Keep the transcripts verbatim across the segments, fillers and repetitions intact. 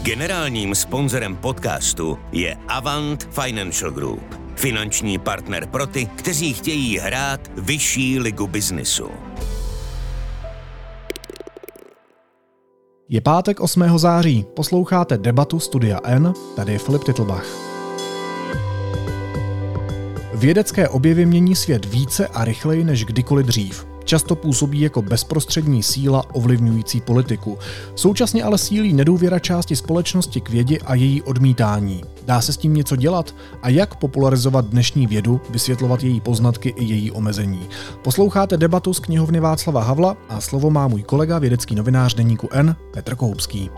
Generálním sponzorem podcastu je Avant Financial Group. Finanční partner pro ty, kteří chtějí hrát vyšší ligu biznisu. Je pátek osmého září, posloucháte debatu Studia N, tady je Filip Titlbach. Vědecké objevy mění svět více a rychleji než kdykoliv dřív. Často působí jako bezprostřední síla ovlivňující politiku. Současně ale sílí nedůvěra části společnosti k vědě a její odmítání. Dá se s tím něco dělat? A jak popularizovat dnešní vědu, vysvětlovat její poznatky i její omezení? Posloucháte debatu z knihovny Václava Havla a slovo má můj kolega, vědecký novinář deníku N, Petr Koupský.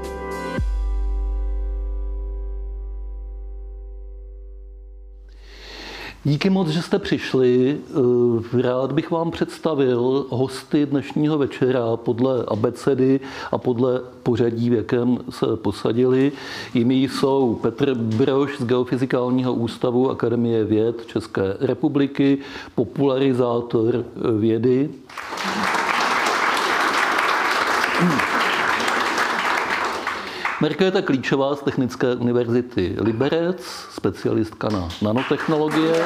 Díky moc, že jste přišli. Rád bych vám představil hosty dnešního večera podle abecedy a podle pořadí, v jakém se posadili. Jimi jsou Petr Brož z Geofyzikálního ústavu Akademie věd České republiky, popularizátor vědy. Markéta Klíčová z Technické univerzity Liberec, specialistka na nanotechnologie.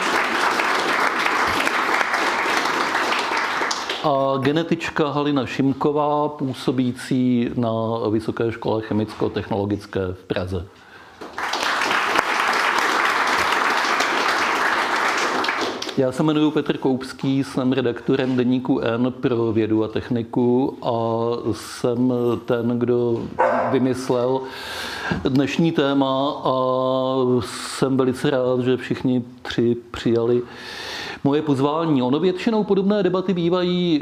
A genetička Halina Šimková, působící na Vysoké škole chemicko-technologické v Praze. Já se jmenuji Petr Koupský, jsem redaktorem deníku N pro vědu a techniku a jsem ten, kdo vymyslel dnešní téma a jsem velice rád, že všichni tři přijali moje pozvání. Ono většinou podobné debaty bývají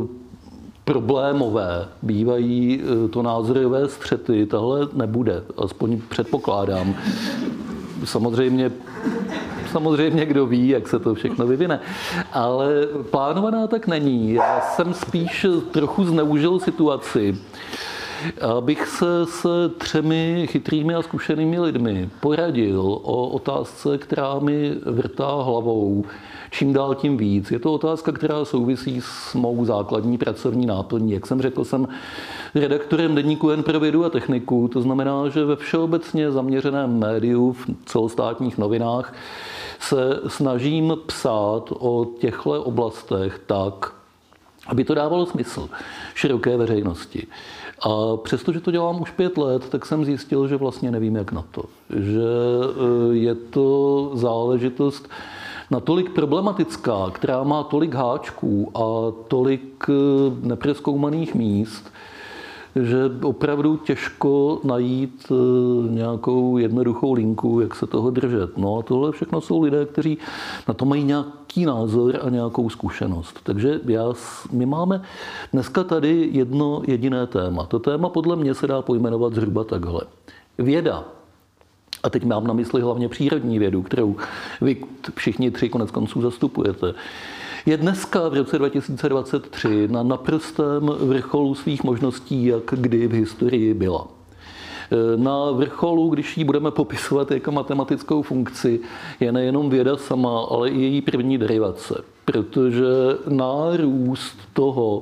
problémové, bývají to názorové střety, tahle nebude, aspoň předpokládám. Samozřejmě Samozřejmě kdo ví, jak se to všechno vyvine. Ale plánovaná tak není. Já jsem spíš trochu zneužil situaci, abych se s třemi chytrými a zkušenými lidmi poradil o otázce, která mi vrtá hlavou čím dál tím víc. Je to otázka, která souvisí s mou základní pracovní náplní. Jak jsem řekl, jsem redaktorem deníku N pro vědu a techniku. To znamená, že ve všeobecně zaměřeném médiu v celostátních novinách se snažím psát o těchto oblastech tak, aby to dávalo smysl široké veřejnosti. A přestože to dělám už pět let, tak jsem zjistil, že vlastně nevím, jak na to. Že je to záležitost natolik problematická, která má tolik háčků a tolik neprozkoumaných míst, že opravdu těžko najít nějakou jednoduchou linku, jak se toho držet. No a tohle všechno jsou lidé, kteří na to mají nějaký názor a nějakou zkušenost. Takže já, my máme dneska tady jedno jediné téma. To téma podle mě se dá pojmenovat zhruba takhle. Věda. A teď mám na mysli hlavně přírodní vědu, kterou vy všichni tři konec konců zastupujete. Je dneska v roce dva tisíce dvacet tři na naprostém vrcholu svých možností, jak kdy v historii byla. Na vrcholu, když ji budeme popisovat jako matematickou funkci, je nejenom věda sama, ale i její první derivace. Protože nárůst toho,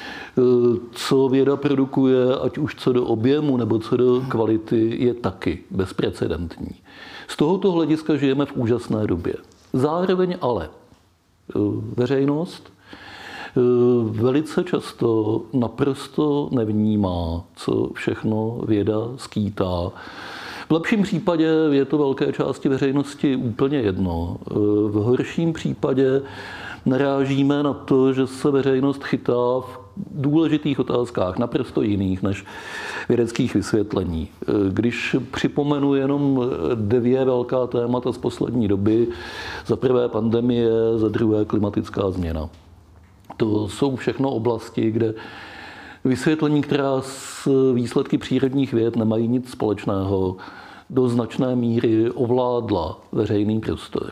co věda produkuje, ať už co do objemu nebo co do kvality, je taky bezprecedentní. Z tohoto hlediska žijeme v úžasné době. Zároveň ale veřejnost velice často naprosto nevnímá, co všechno věda skýtá. V lepším případě je to velké části veřejnosti úplně jedno. V horším případě narážíme na to, že se veřejnost chytá v důležitých otázkách, naprosto jiných než vědeckých vysvětlení. Když připomenu jenom dvě velká témata z poslední doby, za prvé pandemie, za druhé klimatická změna. To jsou všechno oblasti, kde vysvětlení, která s výsledky přírodních věd nemají nic společného, do značné míry ovládla veřejný prostor.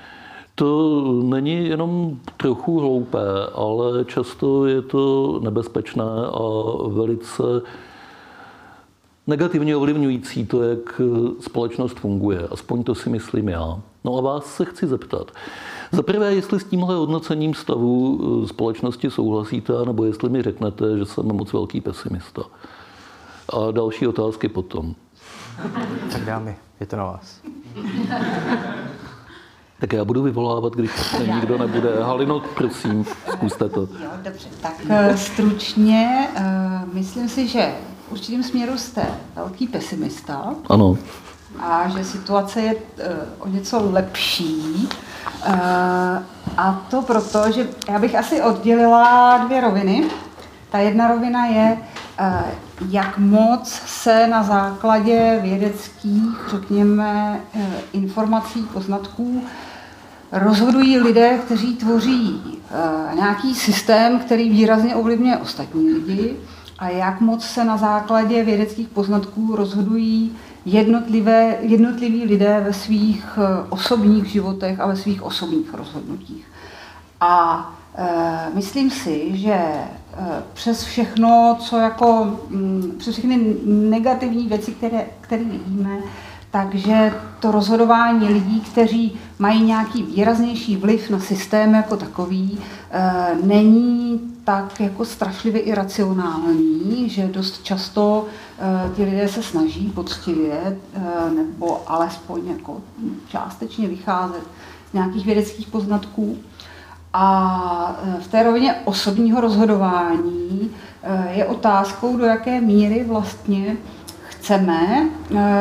To není jenom trochu hloupé, ale často je to nebezpečné a velice negativně ovlivňující to, jak společnost funguje. Aspoň to si myslím já. No a vás se chci zeptat. Za prvé, jestli s tímhle hodnocením stavu společnosti souhlasíte, nebo jestli mi řeknete, že jsem moc velký pesimista. A další otázky potom. Tak dámy, je to na vás. Tak já budu vyvolávat, když nikdo nebude. Halino, prosím, zkuste to. Jo, dobře. Tak stručně, myslím si, že v určitém směru jste velký pesimista. Ano. A že situace je o něco lepší. A to proto, že já bych asi oddělila dvě roviny. Ta jedna rovina je, jak moc se na základě vědeckých, řekněme, informací, poznatků rozhodují lidé, kteří tvoří nějaký systém, který výrazně ovlivňuje ostatní lidi, a jak moc se na základě vědeckých poznatků rozhodují jednotlivé, jednotliví lidé ve svých osobních životech a ve svých osobních rozhodnutích. A e, myslím si, že e, přes všechno, co jako, m, přes všechny negativní věci, které, které vidíme, takže to rozhodování lidí, kteří mají nějaký výraznější vliv na systém jako takový, e, není tak jako strašlivě iracionální, že dost často e, ti lidé se snaží poctivě e, nebo alespoň jako částečně vycházet z nějakých vědeckých poznatků. A v té rovině osobního rozhodování je otázkou, do jaké míry vlastně chceme,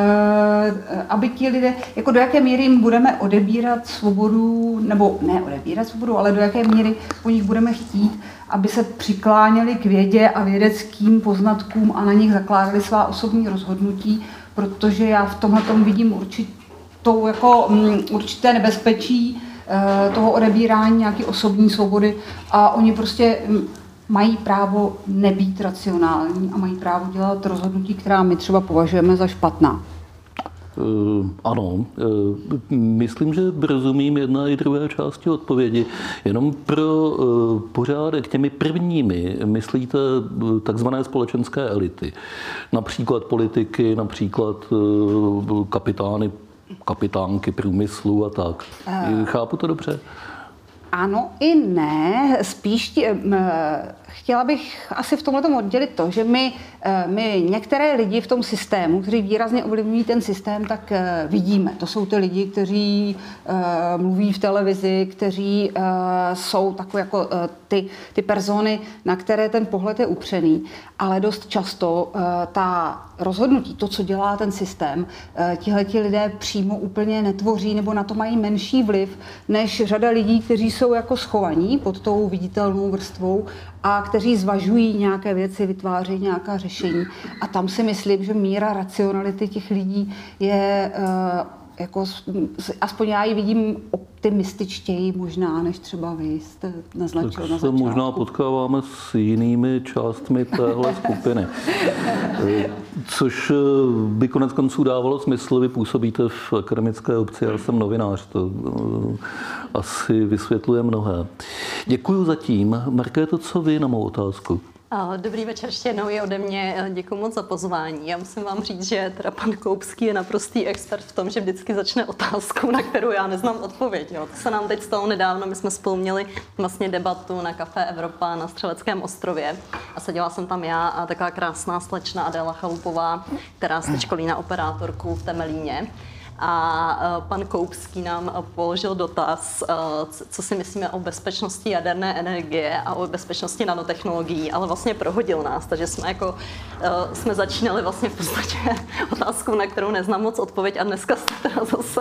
aby ti lidé, jako do jaké míry jim budeme odebírat svobodu, nebo ne odebírat svobodu, ale do jaké míry po nich budeme chtít, aby se přikláněli k vědě a vědeckým poznatkům a na nich zakládali svá osobní rozhodnutí, protože já v tomhle tom vidím určitou, jako, určité nebezpečí toho odebírání nějaké osobní svobody, a oni prostě mají právo nebýt racionální a mají právo dělat rozhodnutí, která my třeba považujeme za špatná. Uh, ano, uh, myslím, že rozumím jedné i druhé části odpovědi. Jenom pro uh, pořádek těmi prvními myslíte uh, takzvané společenské elity. Například politiky, například uh, kapitány, kapitánky průmyslu a tak. Uh. Chápu to dobře? Ano i ne, spíš tě, chtěla bych asi v tomhle tomu oddělit to, že my, my některé lidi v tom systému, kteří výrazně ovlivňují ten systém, tak vidíme. To jsou ty lidi, kteří uh, mluví v televizi, kteří uh, jsou takové jako uh, ty, ty persony, na které ten pohled je upřený, ale dost často uh, ta rozhodnutí, to, co dělá ten systém, uh, tihleti lidé přímo úplně netvoří nebo na to mají menší vliv než řada lidí, kteří jsou jako schovaní pod tou viditelnou vrstvou a kteří zvažují nějaké věci, vytvářejí nějaká řešení. A tam si myslím, že míra racionality těch lidí je, jako, aspoň já ji vidím optimističtěji možná, než třeba vy jste naznačil na začátku. Možná potkáváme s jinými částmi téhle skupiny. Což by konec konců dávalo smysl. Vy působíte v akademické obci, já jsem novinář, to asi vysvětluje mnohé. Děkuju zatím. Markéto, co vy na mou otázku? Dobrý večer, ještě jednou je ode mě. Děkuji moc za pozvání. Já musím vám říct, že teda pan Koupský je naprostý expert v tom, že vždycky začne otázkou, na kterou já neznám odpověď. Jo. To se nám teď stalo nedávno, my jsme spolu měli vlastně debatu na Café Evropa na Střeleckém ostrově a seděla jsem tam já a taková krásná slečna Adéla Chalupová, která se školí na operátorku v Temelíně. A pan Koupský nám položil dotaz, co si myslíme o bezpečnosti jaderné energie a o bezpečnosti nanotechnologií, ale vlastně prohodil nás, takže jsme jako jsme začínali vlastně v podstatě otázkou, na kterou neznám moc odpověď, a dneska jste teda zase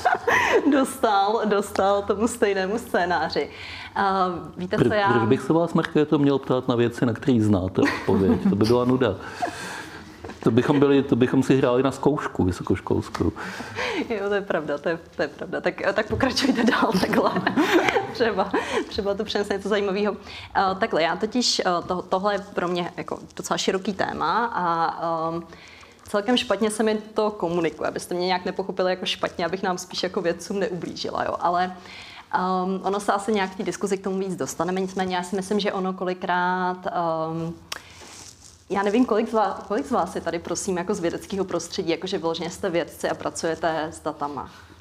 dostal, dostal tomu stejnému scénáři. Víte, co já... Proč bych se vás, Markéto, měl ptát na věci, na které znáte odpověď? To by byla nuda. To bychom, byli, to bychom si hráli na zkoušku vysokoškolskou. Jo, to je pravda, to je, to je pravda. Tak, tak pokračujte dál takhle. třeba, třeba to přinese něco zajímavého. Uh, takhle, já totiž, uh, to, tohle je pro mě jako docela široký téma a um, celkem špatně se mi to komunikuje, abyste mě nějak nepochopili jako špatně, abych nám spíš jako vědcům neublížila, jo, ale um, ono se asi nějak v té diskuzi k tomu víc dostaneme, nicméně já si myslím, že ono kolikrát... Um, Já nevím, kolik z, vás, kolik z vás je tady, prosím, jako z vědeckého prostředí, jakože vyloženě jste vědci a pracujete s datama.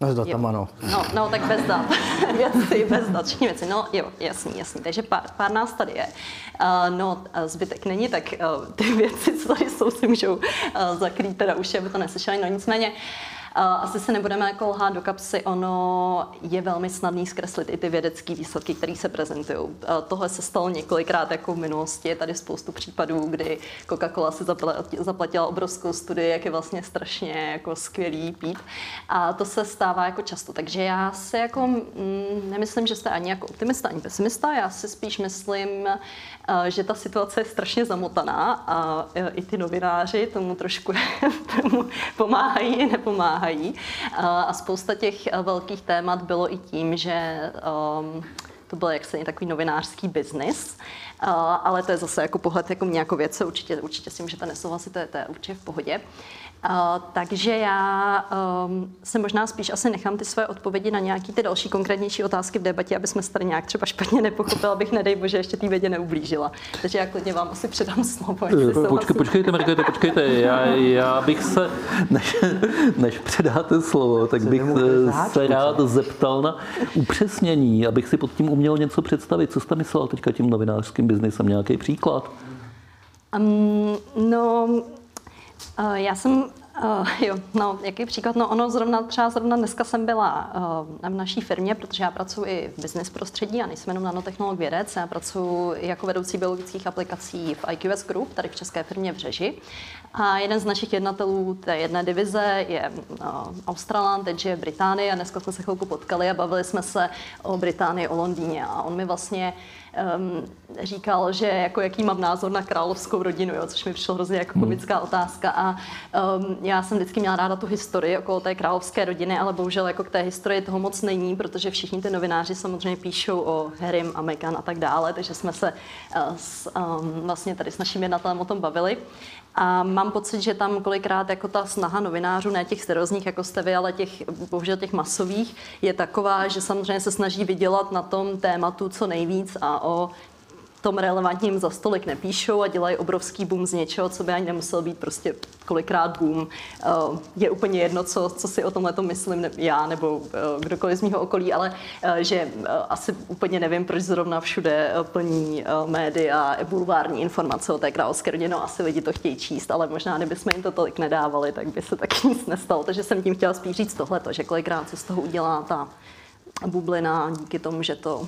No s datama, no. no. No, no, tak bez dat. Věci, bez dat, všechny věci. No jo, jasný, jasný. Takže pár, pár nás tady je. Uh, no, zbytek není, tak uh, ty věci, co tady jsou, si můžou uh, zakrýt, teda už, aby to neslyšeli. No nicméně, Uh, asi se nebudeme jako lhát do kapsy, ono je velmi snadný zkreslit i ty vědecké výsledky, které se prezentují. Uh, tohle se stalo několikrát jako v minulosti, je tady spoustu případů, kdy Coca-Cola si zaplatila obrovskou studii, jak je vlastně strašně jako skvělý pít. A to se stává jako často, takže já si jako mm, nemyslím, že jste ani jako optimista, ani pesimista, já si spíš myslím, uh, že ta situace je strašně zamotaná a uh, i ty novináři tomu trošku tomu pomáhají i nepomáhají. A spousta těch velkých témat bylo i tím, že um, to byl jaksi takový novinářský biznis, uh, ale to je zase jako pohled jako mě jako vědce, určitě, určitě si můžete nesouhlasit, to je, to je určitě v pohodě. Uh, takže já um, se možná spíš asi nechám ty své odpovědi na nějaký ty další konkrétnější otázky v debatě, aby jsme se tady nějak třeba špatně nepochopili, abych nedej bože ještě té vědě neublížila. Takže já klidně vám asi předám slovo. Počkej, počkejte, Markéto, počkejte. Já, já bych se, než, než předáte slovo, tak bych se rád zeptal na upřesnění, abych si pod tím uměl něco představit. Co jste myslela teďka tím novinářským biznesem? Nějaký příklad? Um, no... Uh, já jsem, uh, jo, no, jaký příklad, no ono zrovna, třeba zrovna dneska jsem byla uh, v naší firmě, protože já pracuji i v business prostředí a nejsem jenom nanotechnolog vědec, já pracuji jako vedoucí biologických aplikací v I Q S Group, tady v české firmě v Řeži. A jeden z našich jednatelů té jedné divize je uh, Australan, teď je Británie a dneska jsme se chvilku potkali a bavili jsme se o Británii, o Londýně a on mi vlastně Um, říkal, že jako jaký mám názor na královskou rodinu, jo, což mi přišlo hrozně jako komická otázka a um, já jsem vždycky měla ráda tu historii okolo té královské rodiny, ale bohužel jako k té historii toho moc není, protože všichni ty novináři samozřejmě píšou o Harrym a Meghan a tak dále, takže jsme se uh, s, um, vlastně tady s naším jednatelem o tom bavili. A mám pocit, že tam kolikrát jako ta snaha novinářů, ne těch seriózních jako jste vy, ale těch, bohužel těch masových, je taková, že samozřejmě se snaží vydělat na tom tématu co nejvíc a o tom relevantním za stolik nepíšou a dělají obrovský boom z něčeho, co by ani nemusel být prostě kolikrát boom. Je úplně jedno, co, co si o tomhle to myslím já nebo kdokoliv z mýho okolí, ale že asi úplně nevím, proč zrovna všude plní média, bulvární informace o té královské rodině. No, asi lidi to chtějí číst, ale možná kdybychom jim to tolik nedávali, tak by se taky nic nestalo. Takže jsem tím chtěla spíš říct tohleto, že kolikrát se z toho udělá ta bublina díky tomu, že to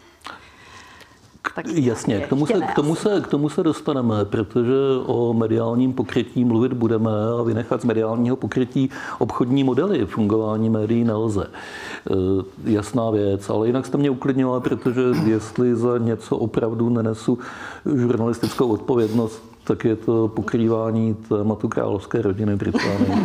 tak jasně, k tomu, se, k, tomu se, k tomu se dostaneme, protože o mediálním pokrytí mluvit budeme a vynechat z mediálního pokrytí obchodní modely. Fungování médií nelze. E, jasná věc, ale jinak jste mě uklidnila, protože jestli za něco opravdu nenesu žurnalistickou odpovědnost, tak je to pokrývání tématu královské rodiny Británie.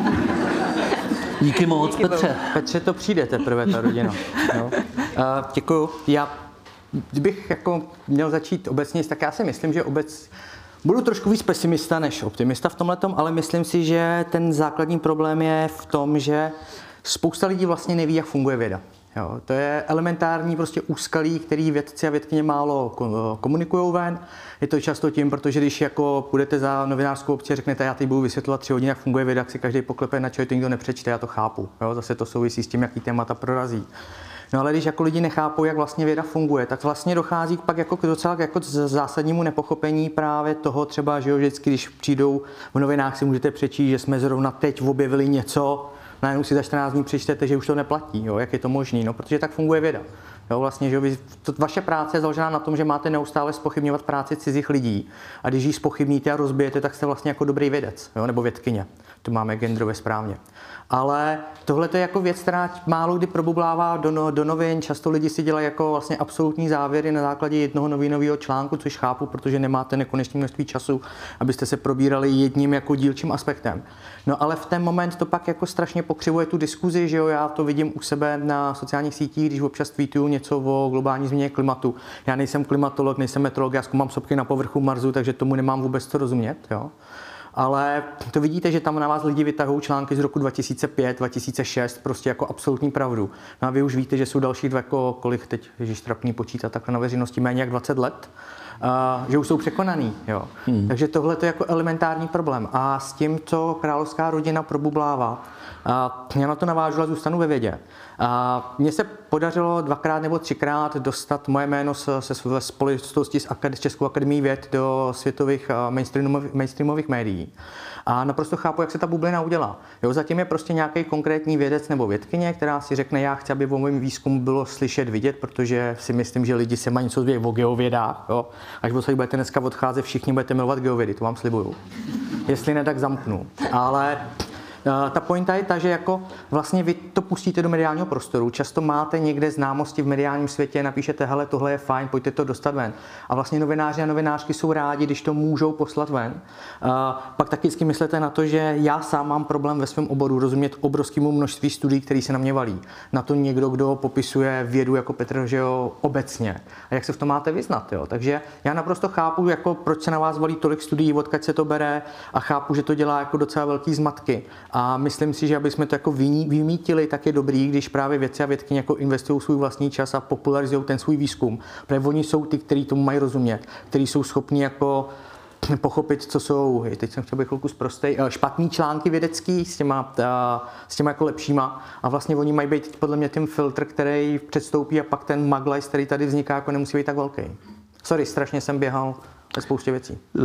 Díky moc, Díky Petře. Petře, to přijde teprve, ta rodina. No. Uh, děkuju. Já Kdybych jako měl začít obecně, tak já si myslím, že obec budu trošku víc pesimista než optimista v tomhletom, ale myslím si, že ten základní problém je v tom, že spousta lidí vlastně neví, jak funguje věda. Jo, to je elementární prostě úskalí, který vědci a vědkyně málo komunikují ven. Je to často tím, protože když jako půjdete za novinářskou obci a řeknete, já teď budu vysvětlovat tři hodiny, jak funguje věda, jak si každý poklepe na čeho, to nikdo nepřečte, já to chápu. Jo, zase to souvisí s tím, jaký témata prorazí. No ale když jako lidi nechápou, jak vlastně věda funguje, tak vlastně dochází pak jako k docela jako zásadnímu nepochopení právě toho třeba, že jo, vždycky, když přijdou v novinách, si můžete přečíst, že jsme zrovna teď objevili něco, najednou si za čtrnáct dní přečtete, že už to neplatí, jo, jak je to možné, no, protože tak funguje věda. Jo, vlastně, že vy, to, vaše práce je založená na tom, že máte neustále zpochybňovat práci cizích lidí a když ji zpochybníte a rozbijete, tak jste vlastně jako dobrý vědec, jo, nebo vědkyně. To máme genderově správně. Ale tohle je jako věc, která málo kdy probublává do, no, do novin. Často lidi si dělají jako vlastně absolutní závěry na základě jednoho novinového článku, což chápu, protože nemáte nekonečné množství času, abyste se probírali jedním jako dílčím aspektem. No ale v ten moment to pak jako strašně pokřivuje tu diskuzi, že jo, já to vidím u sebe na sociálních sítích, když občas tweetuju něco o globální změně klimatu. Já nejsem klimatolog, nejsem meteorolog, já zkoumám sopky na povrchu Marsu, takže tomu nemám vůbec co rozumět, jo. Ale to vidíte, že tam na vás lidi vytahují články z roku dva tisíce pět, dva tisíce šest, prostě jako absolutní pravdu. No a vy už víte, že jsou další dva, jako kolik teď, ježiš, trapný počítat takhle na veřejnosti, méně jak dvacet let. že už jsou překonaný. Jo. Hmm. Takže tohle je jako elementární problém. A s tím, co královská rodina probublává, a já na to navážu a zůstanu ve vědě. A mně se podařilo dvakrát nebo třikrát dostat moje jméno se, se společností s, akad, s Českou akademií věd do světových mainstreamových, mainstreamových médií. A naprosto chápu, jak se ta bublina udělá. Jo, zatím je prostě nějaký konkrétní vědec nebo vědkyně, která si řekne, já chci, aby o mém výzkumu bylo slyšet, vidět, protože si myslím, že lidi se mají něco zvědět o geovědách. Jo. Až vy budete dneska odcházet, všichni budete milovat geovědy, to vám slibuju. Jestli ne, tak zamknu. Ale ta pointa je ta, že jako vlastně vy to pustíte do mediálního prostoru, často máte někde známosti v mediálním světě, napíšete, hele, tohle je fajn, pojďte to dostat ven. A vlastně novináři a novinářky jsou rádi, když to můžou poslat ven. A pak taky vždycky myslete na to, že já sám mám problém ve svém oboru rozumět obrovskému množství studií, které se na mě valí. Na to někdo, kdo popisuje vědu jako Petr, že jo, obecně. A jak se v tom máte vyznat, jo? Takže já naprosto chápu, jako proč se na vás valí tolik studií, odkud se to bere, a chápu, že to dělá jako docela velký zmatky. A myslím si, že aby jsme to jako vymítili, tak je dobrý, když právě vědci a vědkyně jako investují svůj vlastní čas a popularizují ten svůj výzkum. Protože oni jsou ty, kteří tomu mají rozumět, kteří jsou schopni jako pochopit, co jsou, teď jsem chtěl být chvilku zprostej, špatný články vědecký s těma, s těma jako lepšíma, a vlastně oni mají být podle mě ten filtr, který předstoupí, a pak ten maglajs, který tady vzniká, jako nemusí být tak velký. Sorry, strašně jsem běhal ve spoustě věcí. Uh,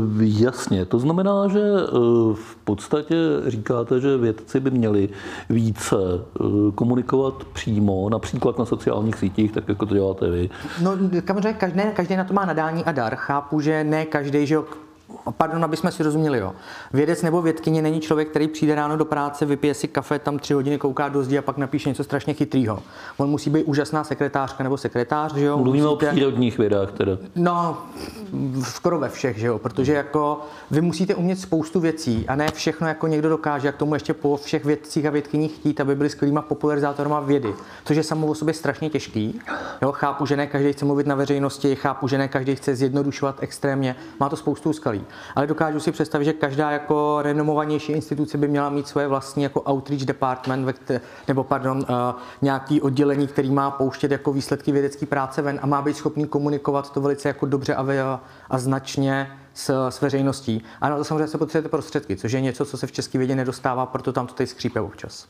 jasně, to znamená, že uh, v podstatě říkáte, že vědci by měli více uh, komunikovat přímo, například na sociálních sítích, tak jako to děláte vy. No, samozřejmě každý, každý na to má nadání a dar. Chápu, že ne každý, že pardon, aby jsme si rozuměli, jo. Vědec nebo vědkyně není člověk, který přijde ráno do práce, vypije si kafe, tam tři hodiny kouká do zdi a pak napíše něco strašně chytrýho. On musí být úžasná sekretářka nebo sekretář, že jo. Mluvíme musíte... o přírodních vědách teda. No, skoro ve všech, že jo, protože jako vy musíte umět spoustu věcí a ne všechno jako někdo dokáže, jak tomu ještě po všech vědcích a vědkyních chtít, aby byli skvělýma popularizátorama vědy, což je samo o sobě strašně těžký. Jo, chápu, že ne každý chce mluvit na veřejnosti, chápu, že ne každý chce zjednodušovat extrémně, má to spoustu úskalí. Ale dokážu si představit, že každá jako renomovanější instituce by měla mít svoje vlastní jako outreach department, nebo pardon, uh, nějaký oddělení, který má pouštět jako výsledky vědecké práce ven a má být schopný komunikovat to velice jako dobře a, ve, a značně s, s veřejností. A na to samozřejmě se potřebujete prostředky, což je něco, co se v české vědě nedostává, proto tam to tady skřípe občas.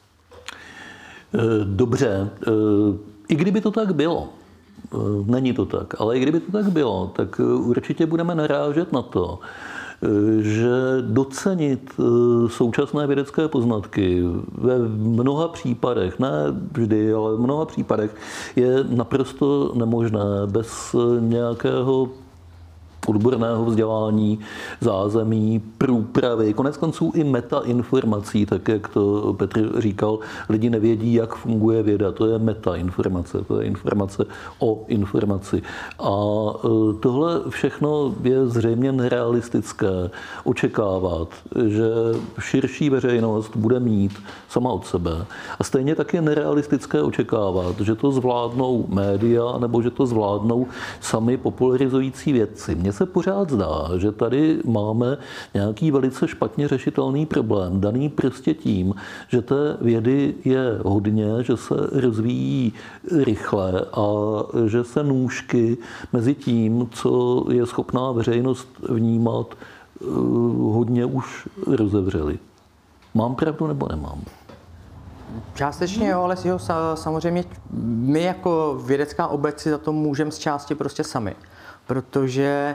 Dobře, i kdyby to tak bylo, není to tak, ale i kdyby to tak bylo, tak určitě budeme narážet na to, že docenit současné vědecké poznatky ve mnoha případech, ne vždy, ale v mnoha případech je naprosto nemožné bez nějakého odborného vzdělání, zázemí, průpravy, konec konců i metainformací, tak jak to Petr říkal, lidi nevědí, jak funguje věda, to je metainformace, to je informace o informaci. A tohle všechno je zřejmě nerealistické očekávat, že širší veřejnost bude mít sama od sebe. A stejně tak je nerealistické očekávat, že to zvládnou média nebo že to zvládnou sami popularizující vědci. Mně se pořád zdá, že tady máme nějaký velice špatně řešitelný problém, daný prostě tím, že té vědy je hodně, že se rozvíjí rychle a že se nůžky mezi tím, co je schopná veřejnost vnímat, hodně už rozevřely. Mám pravdu nebo nemám? Částečně jo, ale jo, samozřejmě my jako vědecká obec si za to můžeme z části prostě sami. Protože,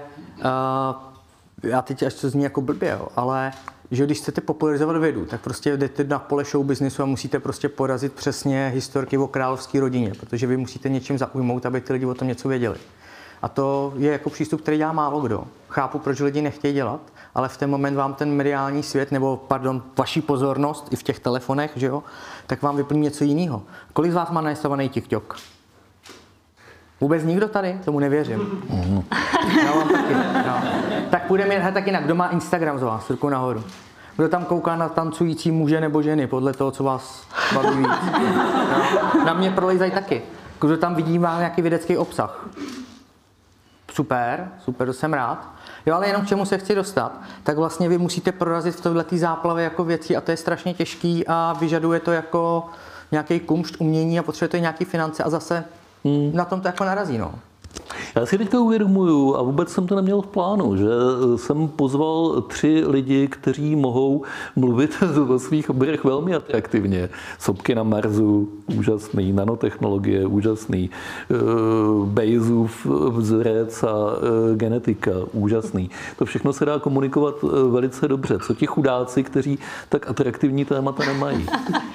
uh, já teď až to zní jako blbě, jo, ale že když chcete popularizovat vědu, tak prostě jdete na pole show businessu a musíte prostě porazit přesně historky o královské rodině, protože vy musíte něčím zaujmout, aby ty lidi o tom něco věděli. A to je jako přístup, který dělá málo kdo. Chápu, proč lidi nechtějí dělat, ale v ten moment vám ten mediální svět, nebo pardon, vaši pozornost i v těch telefonech, že jo, tak vám vyplní něco jiného. Kolik z vás má nainstalovaný TikTok? Vůbec nikdo tady? Tomu nevěřím. Mm. Já vám taky. No. Tak půjdeme jen tak jinak. Kdo má Instagram z vás? Ruku nahoru. Kdo tam kouká na tancující muže nebo ženy, podle toho, co vás baví víc. No. Na mě prolejzají taky. Kdo tam vidí, má nějaký vědecký obsah. Super, super, to jsem rád. Jo, ale jenom k čemu se chci dostat, tak vlastně vy musíte prorazit v této záplavě jako věcí a to je strašně těžký a vyžaduje to jako nějaký kumšt, umění a potřebujete nějaký finance a zase Hmm. na tom to jako narazí, no. Já si teďka uvědomuju, a vůbec jsem to neměl v plánu, že jsem pozval tři lidi, kteří mohou mluvit o svých oborech velmi atraktivně. Sopky na Marsu, úžasný, nanotechnologie, úžasný, Bayesův vzorec a genetika, úžasný. To všechno se dá komunikovat velice dobře. Co ti chudáci, kteří tak atraktivní témata nemají?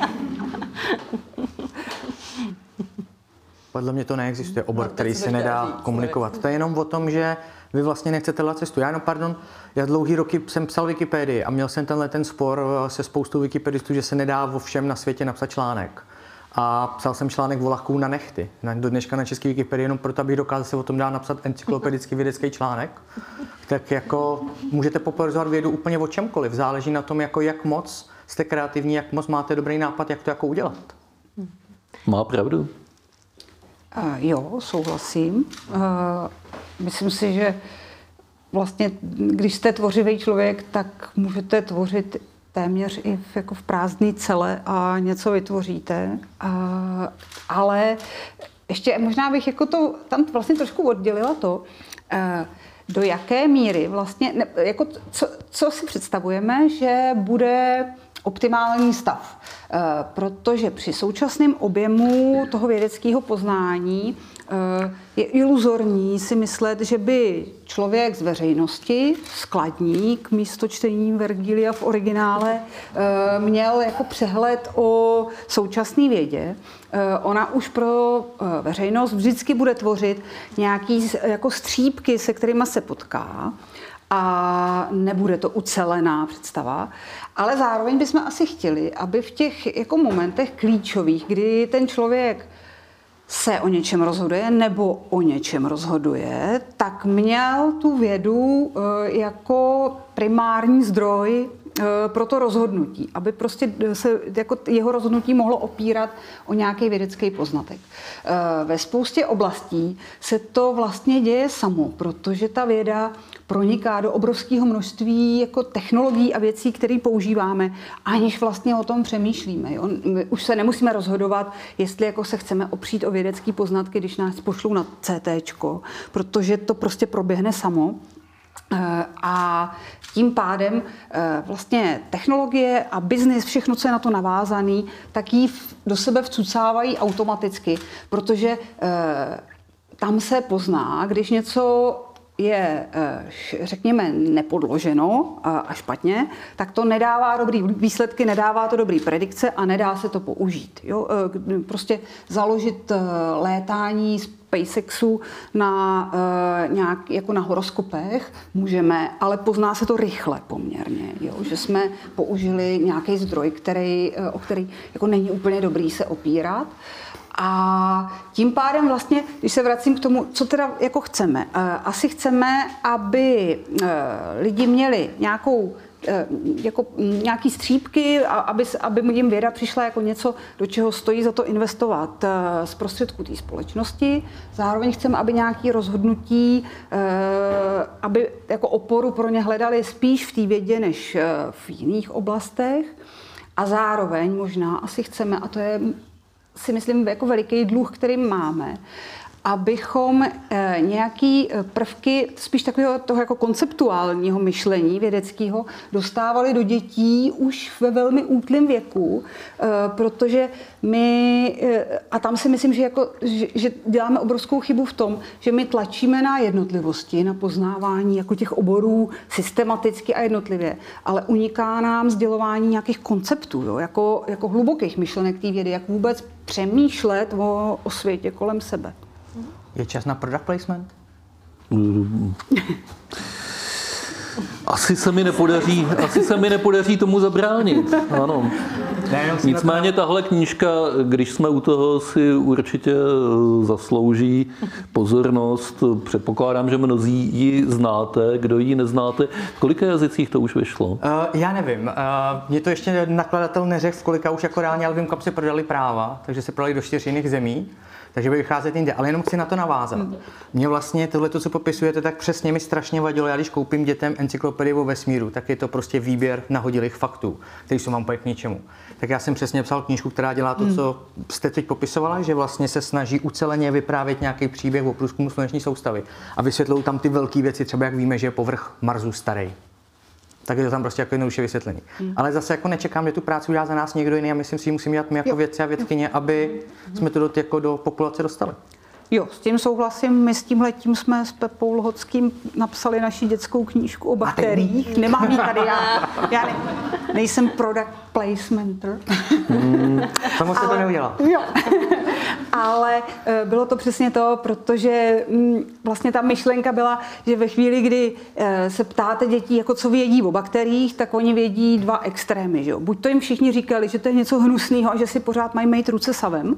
Podle mě to neexistuje obor, no, který se nedá říct, komunikovat. Sorry. To je jenom o tom, že vy vlastně nechcete hledat cestu. Já jenom, pardon, já dlouhý roky jsem psal Wikipedii a měl jsem tenhle ten spor se spoustou wikipedistů, že se nedá o všem na světě napsat článek. A psal jsem článek Volachů na nechty. Do dneška na české Wikipedii, jenom proto, abych dokázal se o tom dá napsat encyklopedický vědecký článek. Tak jako můžete popularizovat vědu úplně o čemkoliv. Záleží na tom, jako jak moc jste kreativní, jak moc máte dobrý nápad, jak to jako udělat. Má pravdu. Uh, jo, souhlasím. Uh, myslím si, že vlastně, když jste tvořivý člověk, tak můžete tvořit téměř i v, jako v prázdné cele a něco vytvoříte. Uh, ale ještě možná bych jako to tam vlastně trošku oddělila to, uh, do jaké míry vlastně, ne, jako co, co si představujeme, že bude optimální stav. Protože při současném objemu toho vědeckého poznání je iluzorní si myslet, že by člověk z veřejnosti, skladník místo čtení Vergilia v originále, měl jako přehled o současné vědě. Ona už pro veřejnost vždycky bude tvořit nějaký jako střípky, se kterými se potká. A nebude to ucelená představa, ale zároveň bychom asi chtěli, aby v těch jako momentech klíčových, kdy ten člověk se o něčem rozhoduje nebo o něčem rozhoduje, tak měl tu vědu jako primární zdroj pro to rozhodnutí, aby prostě se jako jeho rozhodnutí mohlo opírat o nějaký vědecký poznatek. Ve spoustě oblastí se to vlastně děje samo, protože ta věda proniká do obrovského množství jako technologií a věcí, které používáme, aniž vlastně o tom přemýšlíme. Jo? My už se nemusíme rozhodovat, jestli jako se chceme opřít o vědecké poznatky, když nás pošlou na C T čko, protože to prostě proběhne samo. A tím pádem vlastně technologie a biznis, všechno, co je na to navázané, tak ji do sebe vcucávají automaticky, protože tam se pozná, když něco je, řekněme, nepodloženo a špatně, tak to nedává dobrý výsledky, nedává to dobrý predikce a nedá se to použít. Jo? Prostě založit létání SpaceXu na, nějak, jako na horoskopech můžeme, ale pozná se to rychle poměrně, jo? Že jsme použili nějaký zdroj, který, o který jako není úplně dobrý se opírat. A tím pádem vlastně, když se vracím k tomu, co teda jako chceme. Asi chceme, aby lidi měli nějakou, jako nějaký střípky, aby, aby jim věda přišla jako něco, do čeho stojí za to investovat z prostředků té společnosti. Zároveň chceme, aby nějaké rozhodnutí, aby jako oporu pro ně hledali spíš v té vědě, než v jiných oblastech. A zároveň možná asi chceme, a to je si myslím jako veliký dluh, který máme, abychom e, nějaký prvky spíš takového toho jako konceptuálního myšlení vědeckého dostávali do dětí už ve velmi útlém věku, e, protože my, e, a tam si myslím, že, jako, že, že děláme obrovskou chybu v tom, že my tlačíme na jednotlivosti, na poznávání jako těch oborů systematicky a jednotlivě, ale uniká nám sdělování nějakých konceptů, jo, jako, jako hlubokých myšlenek té vědy, jak vůbec přemýšlet o, o světě kolem sebe. Je čas na product placement? Asi se mi nepodaří, asi se mi nepodaří tomu zabránit. Ano. Nicméně tahle knížka, když jsme u toho, si určitě zaslouží pozornost. Předpokládám, že mnozí ji znáte. Kdo ji neznáte? V kolika jazycích to už vyšlo? Uh, já nevím. Uh, mě to ještě nakladatel neřekl, v kolika už jako reálně, ale vím, kam se prodali práva, takže se prodali do čtyř jiných zemí. takže by vycházet jinde. Ale jenom chci na to navázat. Hmm. Mně vlastně tohle, co popisujete, tak přesně mi strašně vadilo. Já když koupím dětem encyklopedii o vesmíru, tak je to prostě výběr nahodilých faktů, které jsou vám úplně k ničemu. Tak já jsem přesně psal knížku, která dělá to, hmm. co jste teď popisovala, že vlastně se snaží uceleně vyprávět nějaký příběh o průzkumu sluneční soustavy a vysvětlují tam ty velké věci, třeba jak víme, že je povrch Marsu starý. Tak je to tam prostě jako jednoduše vysvětlený. Hmm. Ale zase jako nečekám, že tu práci udělá za nás někdo jiný a myslím si, že musíme dělat my jako vědci a vědkyně, aby jsme to do, jako do populace dostali. Jo, s tím souhlasím. My s tímhletím jsme s Pepou Lhockým napsali naši dětskou knížku o bakteriích. Nemám ji tady, já, já ne, nejsem product placementer. Hmm, tomu se to neudělá. Jo. Ale bylo to přesně to, protože vlastně ta myšlenka byla, že ve chvíli, kdy se ptáte dětí, jako co vědí o bakteriích, tak oni vědí dva extrémy. Že jo? Buď to jim všichni říkali, že to je něco hnusného a že si pořád mají mít ruce savem,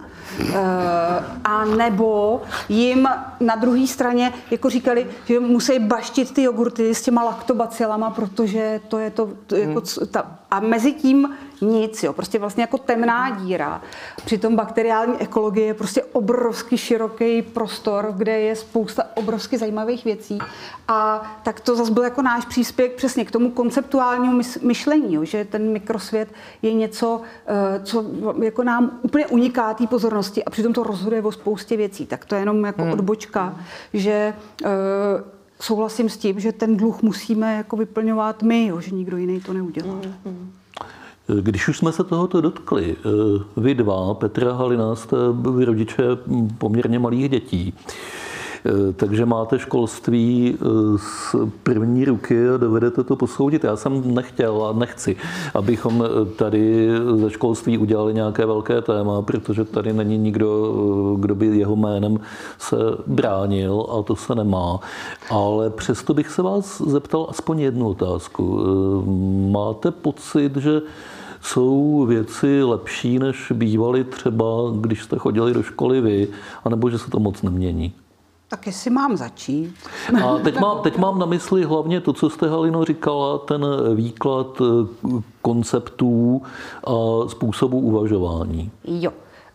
a nebo jim na druhé straně jako říkali, že musí baštit ty jogurty s těma laktobacilama, protože to je to, to jako, ta, a mezi tím nic, jo, prostě vlastně jako temná díra. Přitom bakteriální ekologie je prostě obrovský široký prostor, kde je spousta obrovsky zajímavých věcí. A tak to zase byl jako náš příspěvek přesně k tomu konceptuálnímu myšlení, jo, že ten mikrosvět je něco, co jako nám úplně uniká té pozornosti a přitom to rozhoduje o spoustě věcí. Tak to je jenom jako hmm. odbočka, že souhlasím s tím, že ten dluh musíme jako vyplňovat my, jo, že nikdo jiný to neudělá. Hmm. Když už jsme se tohoto dotkli, vy dva, Petra Halina, jste rodiče poměrně malých dětí, takže máte školství z první ruky a dovedete to posoudit. Já jsem nechtěl a nechci, abychom tady ze školství udělali nějaké velké téma, protože tady není nikdo, kdo by jeho jménem se bránil a to se nemá. Ale přesto bych se vás zeptal aspoň jednu otázku. Máte pocit, že jsou věci lepší, než bývaly třeba, když jste chodili do školy vy, anebo že se to moc nemění? Tak jestli mám začít. A teď mám, teď mám na mysli hlavně to, co jste, Halino, říkala, ten výklad konceptů a způsobu uvažování. Jo.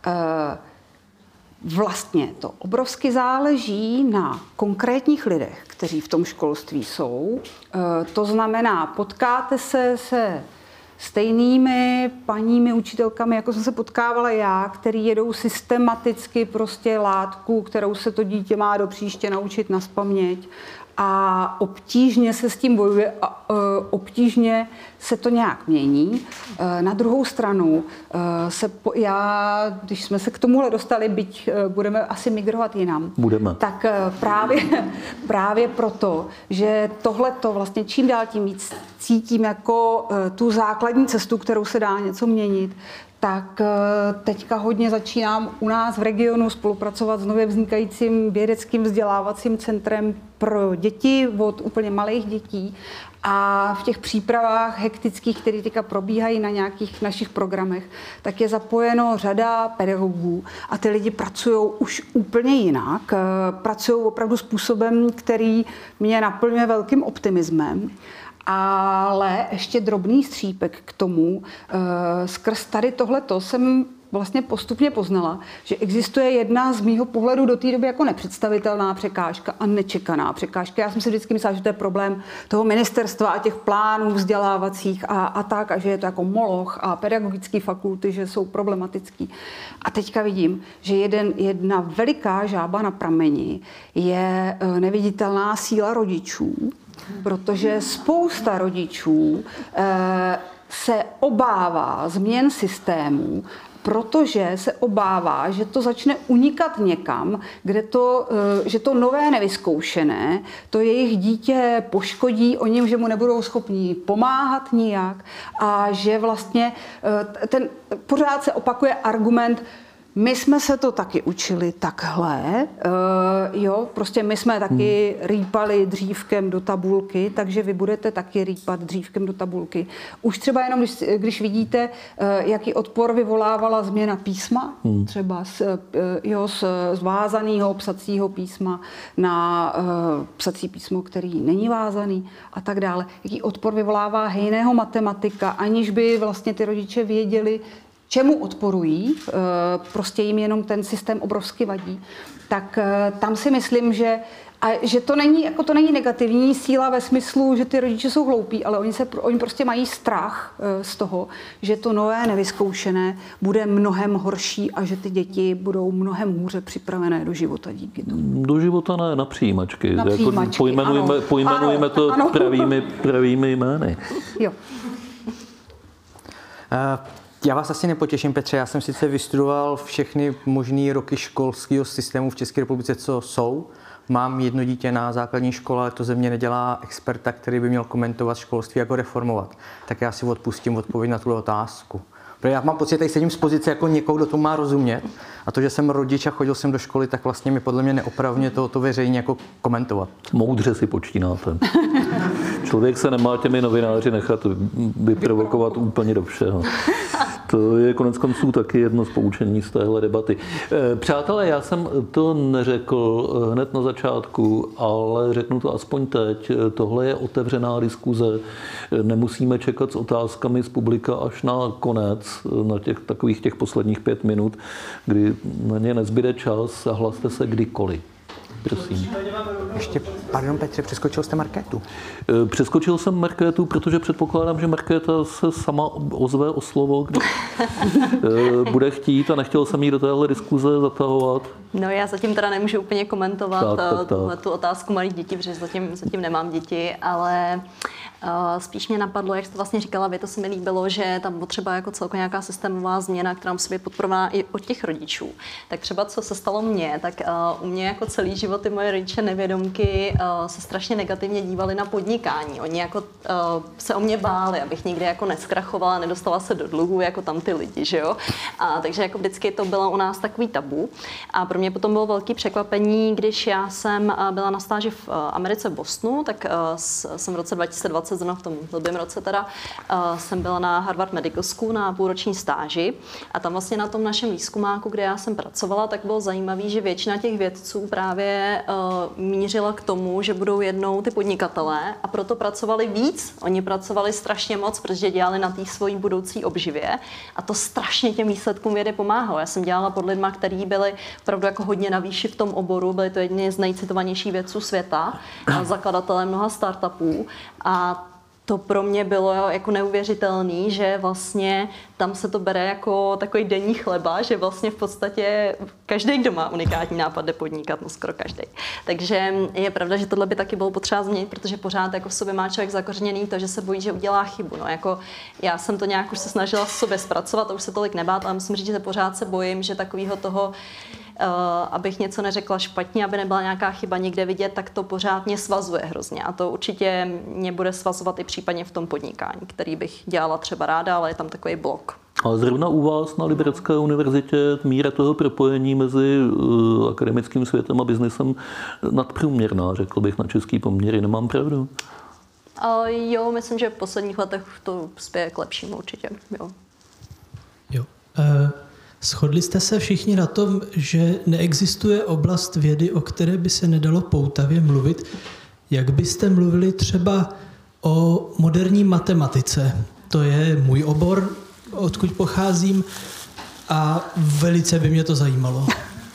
Vlastně to obrovsky záleží na konkrétních lidech, kteří v tom školství jsou. To znamená, potkáte se se stejnými paními učitelkami, jako jsem se potkávala já, který jedou systematicky prostě látku, kterou se to dítě má do příště naučit nazpaměť a obtížně se s tím bojuje a obtížně se to nějak mění. Na druhou stranu se po, já, když jsme se k tomuhle dostali, byť budeme asi migrovat jinam, budeme. tak právě, právě proto, že tohleto vlastně čím dál tím víc cítím jako tu základní cestu, kterou se dá něco měnit, tak teďka hodně začínám u nás v regionu spolupracovat s nově vznikajícím vědeckým vzdělávacím centrem pro děti od úplně malých dětí. A v těch přípravách hektických, které teďka probíhají na nějakých našich programech, tak je zapojeno řada pedagogů a ty lidi pracují už úplně jinak. Pracují opravdu způsobem, který mě naplňuje velkým optimismem. Ale ještě drobný střípek k tomu. Skrz tady tohleto jsem vlastně postupně poznala, že existuje jedna z mýho pohledu do té doby jako nepředstavitelná překážka a nečekaná překážka. Já jsem si vždycky myslela, že to je problém toho ministerstva a těch plánů vzdělávacích a, a tak, a že je to jako moloch a pedagogické fakulty, že jsou problematický. A teďka vidím, že jeden, jedna veliká žába na prameni je neviditelná síla rodičů, protože spousta rodičů eh, se obává změn systému, protože se obává, že to začne unikat někam, kde to, že to nové nevyzkoušené, to jejich dítě poškodí o něm, že mu nebudou schopni pomáhat nijak a že vlastně ten pořád se opakuje argument, my jsme se to taky učili takhle, uh, jo, prostě my jsme taky hmm. rýpali dřívkem do tabulky, takže vy budete taky rýpat dřívkem do tabulky. Už třeba jenom, když, když vidíte, uh, jaký odpor vyvolávala změna písma, hmm. třeba z, uh, jo, z, z vázaného psacího písma na uh, psací písmo, který není vázaný a tak dále. Jaký odpor vyvolává hejného matematika, aniž by vlastně ty rodiče věděli, čemu odporují, prostě jim jenom ten systém obrovsky vadí, tak tam si myslím, že a že to není, jako to není negativní síla ve smyslu, že ty rodiče jsou hloupí, ale oni, se, oni prostě mají strach z toho, že to nové, nevyzkoušené bude mnohem horší a že ty děti budou mnohem hůře připravené do života díky tomu. Do života ne, na přijímačky. Na přijímačky, jako pojmenujeme, ano. pojmenujeme ano, to ano. pravými, pravými jmény. Jo. Uh, Já vás asi nepotěším, Petře, já jsem sice vystudoval všechny možné roky školského systému v České republice, co jsou. Mám jedno dítě na základní škole, ale to ze mě nedělá experta, který by měl komentovat školství, jako reformovat. Tak já si odpustím odpověď na tuhle otázku. Protože já mám pocit, že tady sedím z pozice jako někoho, kdo to má rozumět. A to, že jsem rodič a chodil jsem do školy, tak vlastně mi podle mě neopravňuje to, to veřejně jako komentovat. Moudře si počínáte. Člověk se nemá těmi novináři nechat vyprovokovat úplně do všeho. To je konec konců taky jedno z poučení z téhle debaty. Přátelé, já jsem to neřekl hned na začátku, ale řeknu to aspoň teď. Tohle je otevřená diskuze. Nemusíme čekat s otázkami z publika až na konec, na těch takových těch posledních pět minut, kdy na ně nezbyde čas a hlaste se kdykoliv. Prosím. Ještě, pardon Petře, přeskočil jste Markétu? Přeskočil jsem Markétu, protože předpokládám, že Markéta se sama ozve o slovo, když bude chtít a nechtěl jsem jí do téhle diskuze zatahovat. No já zatím teda nemůžu úplně komentovat tak, tak, tak. tu otázku malých dětí, protože zatím, zatím nemám děti, ale uh, spíš mě napadlo, jak jste vlastně říkala, vy to se mi líbilo, že tam potřeba jako celkově nějaká systémová změna, která musí být podporovaná i od těch rodičů. Tak třeba co se stalo mně, tak uh, u mě jako celý život ty moje rodiče nevědomky uh, se strašně negativně dívali na podnikání. Oni jako uh, se o mě báli, abych nikdy jako neskrachovala, nedostala se do dluhu jako tam ty lidi, že jo. A takže jako vždycky to bylo u nás takový tabu. A pro mě potom bylo velké překvapení, když já jsem byla na stáži v Americe v Bostonu, tak jsem v roce dva tisíce dvacet, zrovna v tom blbým roce teda, jsem byla na Harvard Medical School na půlroční stáži a tam vlastně na tom našem výzkumáku, kde já jsem pracovala, tak bylo zajímavé, že většina těch vědců právě mířila k tomu, že budou jednou ty podnikatelé a proto pracovali víc. Oni pracovali strašně moc, protože dělali na té svojí budoucí obživě a to strašně těm výsledkům vědy pomáhalo. Já jsem dělala pod lidma, kteří byli opravdu jako hodně na výši v tom oboru, byli to jedni z nejcitovanějších vědců světa, zakladatelé mnoha startupů a to pro mě bylo jako neuvěřitelný, že vlastně tam se to bere jako takový denní chleba, že vlastně v podstatě každý, kdo má unikátní nápad, jde podnikat, no skoro každý. Takže je pravda, že tohle by taky bylo potřeba změnit, protože pořád jako v sobě má člověk zakořeněný to, že se bojí, že udělá chybu. No, jako já jsem to nějak už se snažila v sobě zpracovat a už se tolik nebát, ale musím říct, že pořád se bojím, že takovýho toho Uh, abych něco neřekla špatně, aby nebyla nějaká chyba někde vidět, tak to pořád mě svazuje hrozně. A to určitě mě bude svazovat i případně v tom podnikání, který bych dělala třeba ráda, ale je tam takový blok. A zrovna u vás na Liberecké univerzitě míra toho propojení mezi uh, akademickým světem a biznesem nadprůměrná, řekl bych, na český poměry. Nemám pravdu? Uh, jo, myslím, že v posledních letech to spěje k lepšímu určitě. Jo. Jo. Uh... Shodli jste se všichni na tom, že neexistuje oblast vědy, o které by se nedalo poutavě mluvit. Jak byste mluvili třeba o moderní matematice? To je můj obor, odkud pocházím a velice by mě to zajímalo.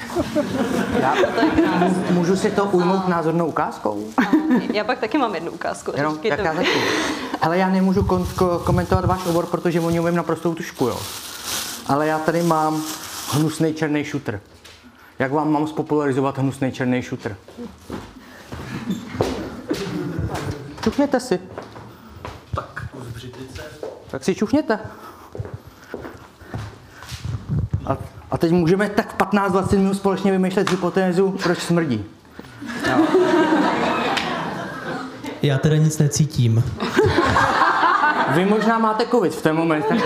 Já můžu si to ujmout názornou ukázkou? Já pak taky mám jednu ukázku. Jenom, jak já začnu. Ale já nemůžu kon- komentovat váš obor, protože o něm vím naprostou tušku, jo. Ale já tady mám hnusný černý šutr. Jak vám mám spopularizovat hnusný černý šutr? Čuchněte si. Tak, z břidlice. Tak si čuchněte. A, a teď můžeme tak patnáct dvacet minut společně vymýšlet hypotézu, proč smrdí. Jo. Já teda nic necítím. Vy možná máte covid v ten moment. Tak...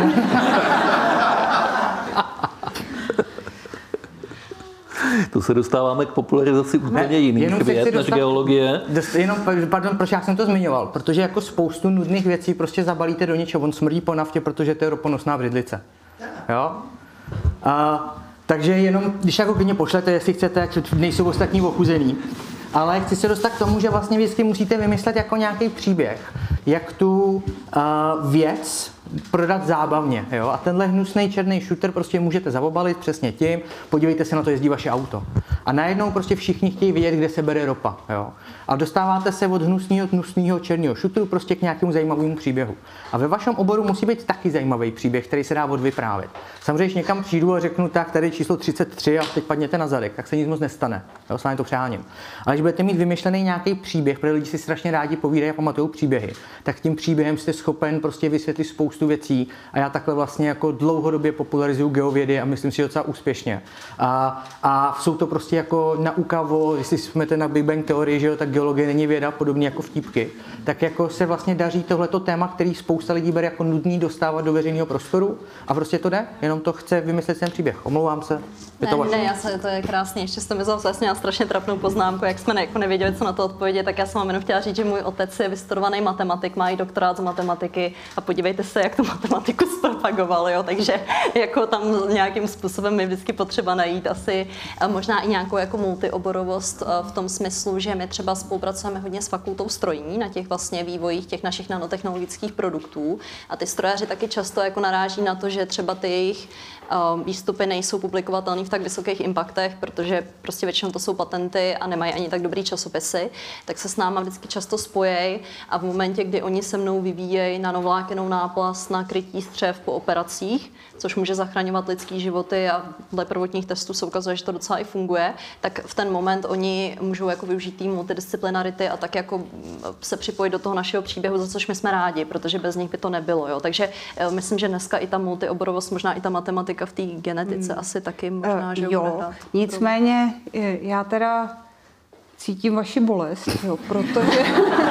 To se dostáváme k popularizaci úplně jiných věd než geologie. Jenom, pardon, proč já jsem to zmiňoval? Protože jako spoustu nudných věcí prostě zabalíte do něčeho. On smrdí po naftě, protože to je roponosná břidlice. Jo? A, takže jenom, když jako klidně pošlete, jestli chcete, jak nejsou ostatní ochuzený. Ale chci se dostat k tomu, že vlastně vždycky musíte vymyslet jako nějaký příběh, jak tu uh, věc prodat zábavně. Jo? A tenhle hnusný černý shooter prostě můžete zaobalit přesně tím, podívejte se na to, jezdí vaše auto. A najednou prostě všichni chtějí vědět, kde se bere ropa. Jo? A dostáváte se od hnusného, hnusného černého shooteru prostě k nějakému zajímavému příběhu. A ve vašem oboru musí být taky zajímavý příběh, který se dá odvyprávět. Samozřejmě, když někam přijdu a řeknu, tak tady číslo třicet tři a teď padněte na zadek, tak se nic moc nestane. Jo, s vámi to přáním. Ale když budete mít vymyšlený nějaký příběh, protože lidi si strašně rádi povídají a pamatují příběhy, tak tím příběhem jste schopen prostě vysvětlit spoustu věcí. A já takhle vlastně jako dlouhodobě popularizuju geovědy a myslím si, že docela úspěšně. A, a jsou to prostě jako nauka o, jestli jsme na Big Bang teorii, že jo, tak geologie není věda, podobně jako vtípky. Tak jako se vlastně daří tohleto téma, který spousta lidí bere jako nudný, dostávat do veřejného prostoru a prostě to jde, jenom to chce vymyslet ten příběh. Omlouvám se. Je to ne, ne, já se, to je krásně. Ještě jste mi zase měla strašně trapnou poznámku, jak jsme ne, jako nevěděli, co na to odpovědět, tak já jsem vám jenom chtěla říct, že můj otec je vystudovaný matematik, má i doktorát z matematiky a podívejte se, jak tu matematiku zpropagoval, jo, takže jako tam nějakým způsobem je vždycky potřeba najít asi možná i nějakou jako multioborovost v tom smyslu, že my třeba spolupracujeme hodně s fakultou strojní na těch vlastně vývojích těch našich nanotechnologických produktů a ty strojaři taky často jako naráží na to, že třeba ty jejich výstupy nejsou publikovatelné v tak vysokých impactech, protože prostě většinou to jsou patenty a nemají ani tak dobrý časopisy, tak se s náma vždycky často spojejí a v momentě, kdy oni se mnou vyvíjejí nanovlákenou náplast na krytí střev po operacích, což může zachraňovat lidský životy a dle prvotních testů se ukazuje, že to docela i funguje, tak v ten moment oni můžou jako využít tým multidisciplinarity a tak jako se připojit do toho našeho příběhu, za což my jsme rádi, protože bez nich by to nebylo. Jo. Takže myslím, že dneska i ta multioborovost, možná i ta matematika v té genetice hmm. asi taky možná, že uh, jo. Nicméně já teda cítím vaši bolest, jo, protože,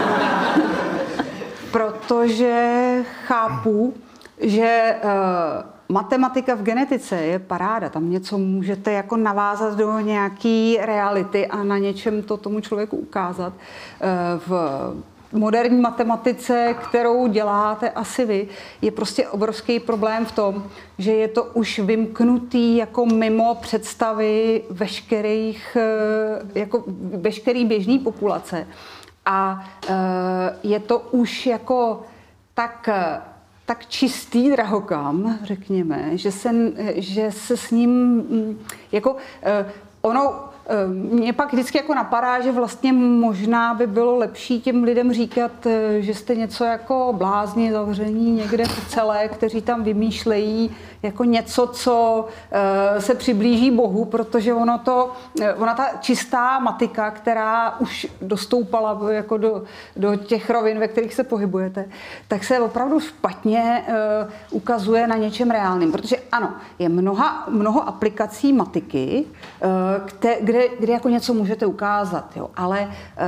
protože chápu, že uh, matematika v genetice je paráda, tam něco můžete jako navázat do nějaký reality a na něčem to tomu člověku ukázat. V moderní matematice, kterou děláte asi vy, je prostě obrovský problém v tom, že je to už vymknutý jako mimo představy veškerých, jako veškerý běžný populace. A je to už jako tak tak čistý drahokam, řekněme, že se, že se s ním jako ono mě pak vždycky jako napadá, že vlastně možná by bylo lepší těm lidem říkat, že jste něco jako blázni zavření někde v celé, kteří tam vymýšlejí jako něco, co se přiblíží Bohu, protože ono to, ona ta čistá matika, která už dostoupala jako do, do těch rovin, ve kterých se pohybujete, tak se opravdu špatně ukazuje na něčem reálným. Protože ano, je mnoha, mnoho aplikací matiky, kde, kde, kde jako něco můžete ukázat, jo, ale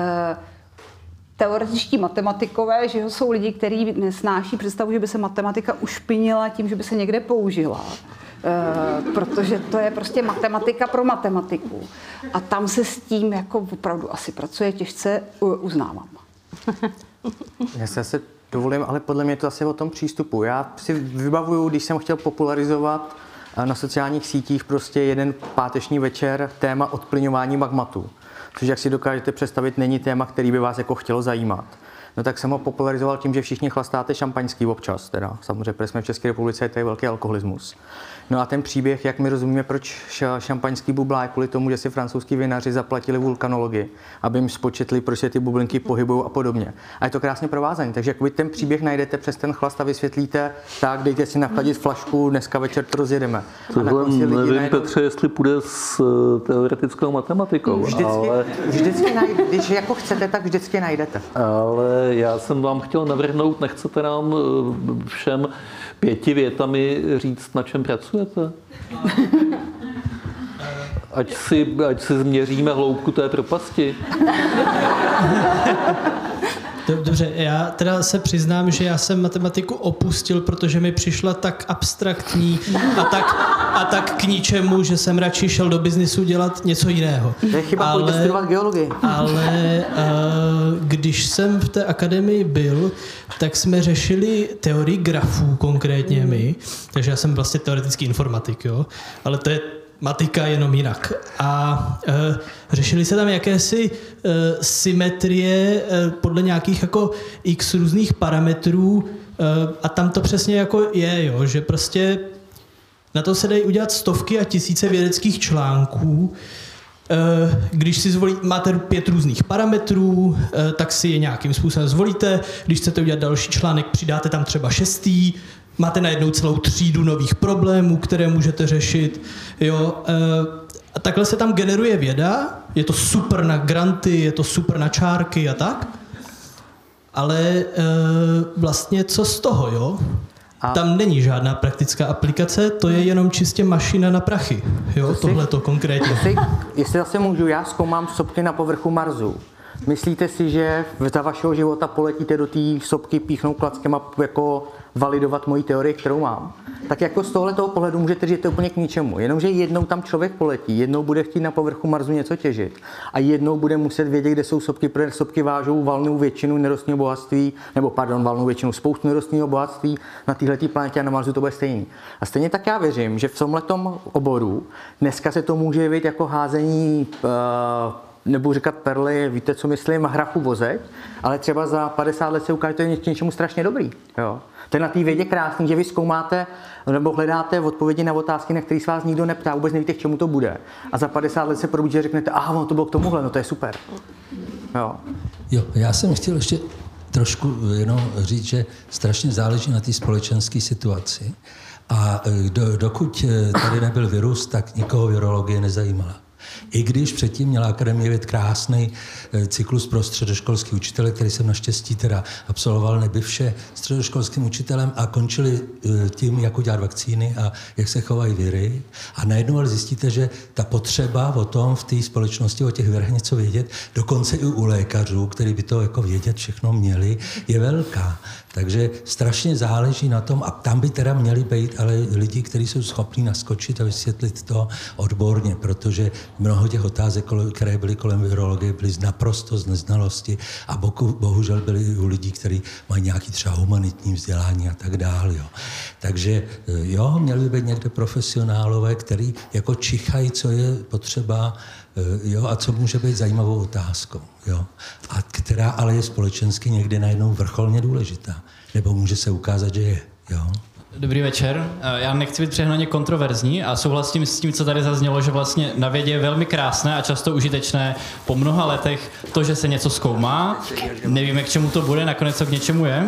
teoretičtí matematikové, že jsou lidi, kteří nesnáší představu, že by se matematika ušpinila tím, že by se někde použila. E, protože to je prostě matematika pro matematiku. A tam se s tím jako opravdu asi pracuje těžce, uznávám. Já se asi dovolím, ale podle mě je to asi o tom přístupu. Já si vybavuju, když jsem chtěl popularizovat na sociálních sítích prostě jeden páteční večer téma odplyňování magmatu. Což, jak si dokážete představit, není téma, který by vás jako chtělo zajímat. No tak jsem ho popularizoval tím, že všichni chlastáte šampaňský občas, teda samozřejmě, protože jsme v České republice, to je velký alkoholismus. No a ten příběh, jak my rozumíme, proč šampaňský bublá, je kvůli tomu, že si francouzský vinaři zaplatili vulkanology, aby jim spočetli, proč se ty bublinky pohybují a podobně. A je to krásně provázaný, takže jak vy ten příběh najdete přes ten chlast a vysvětlíte, tak dejte si nachladit flašku, dneska večer to rozjedeme. Tohle nevím, najdou... Petře, jestli půjde s teoretickou matematikou. Vždycky, ale... vždycky najdete, když jako chcete, tak vždycky najdete. Ale já jsem vám chtěl navrhnout, nechcete nám všem pěti větami říct, na čem pracujete? Ať si, ať si změříme hloubku té propasti. Dobře, já teda se přiznám, že já jsem matematiku opustil, protože mi přišla tak abstraktní a tak, a tak k ničemu, že jsem radši šel do biznisu dělat něco jiného. To je chyba, pojďte studovat geologii. Ale uh, když jsem v té akademii byl, tak jsme řešili teorii grafů konkrétně my, takže já jsem vlastně teoretický informatik, jo, ale to je matika jenom jinak. A e, řešili se tam jakési e, symetrie e, podle nějakých jako x různých parametrů A tam to přesně jako je, jo, že prostě na to se dají udělat stovky a tisíce vědeckých článků. Když si zvolí, máte pět různých parametrů, tak si je nějakým způsobem zvolíte. Když chcete udělat další článek, přidáte tam třeba šestý, máte najednou celou třídu nových problémů, které můžete řešit. Jo. A takhle se tam generuje věda, je to super na granty, je to super na čárky a tak. Ale vlastně co z toho, jo? A tam není žádná praktická aplikace, to je jenom čistě mašina na prachy. Jo, tohle to konkrétně. Jestli, jestli zase můžu, já zkoumám sopky na povrchu Marsu. Myslíte si, že za vašeho života poletíte do té sopky, píchnout klackem a jako validovat moji teorii, kterou mám? Tak jako z tohoto pohledu můžete říct, že to je úplně k ničemu. Jenomže jednou tam člověk poletí, jednou bude chtít na povrchu Marsu něco těžit a jednou bude muset vědět, kde jsou sopky, protože sopky vážou valnou většinu nerostného bohatství, nebo pardon, valnou většinu, spoustu nerostného bohatství na této planetě a na Marsu to bude stejný. A stejně tak já věřím, že v tomhletom oboru dneska se to může jevit jako házení uh, nebudu říkat perly, víte, co myslím, hrachu vozek, ale třeba za padesát let se ukáže, že to je k něčemu strašně dobrý. Jo. To je na té vědě krásný, že vy zkoumáte nebo hledáte odpovědi na otázky, na které se vás nikdo neptá, vůbec nevíte, k čemu to bude. A za padesát let se probudíte a řeknete, aha, no to bylo k tomuhle, no to je super. Jo. Jo, já jsem chtěl ještě trošku jenom říct, že strašně záleží na té společenské situaci. A do, dokud tady nebyl virus, tak nikoho virologie nezajímala. I když předtím měla Akademie věd krásný cyklus pro středoškolský učitele, který jsem naštěstí teda absolvoval nebývše středoškolským učitelem a končili tím, jak udělat vakcíny a jak se chovají viry. A najednou ale zjistíte, že ta potřeba o tom v té společnosti, o těch virech něco vědět, dokonce i u lékařů, kteří by to jako vědět všechno měli, je velká. Takže strašně záleží na tom, a tam by teda měli být ale lidi, kteří jsou schopní naskočit a vysvětlit to odborně, protože mnoho těch otázek, které byly kolem virologie, byly naprosto z neznalosti a boku, bohužel byly u lidí, kteří mají nějaký třeba humanitní vzdělání a tak dále. Jo. Takže jo, měli by být někde profesionálové, který jako čichají, co je potřeba, jo, a co může být zajímavou otázkou, jo, a která ale je společensky někdy najednou vrcholně důležitá, nebo může se ukázat, že je, jo. Dobrý večer. Já nechci být přehnaně kontroverzní a souhlasím s tím, co tady zaznělo, že vlastně na vědě je velmi krásné a často užitečné po mnoha letech to, že se něco zkoumá, nevíme, k čemu to bude, nakonec to k něčemu je.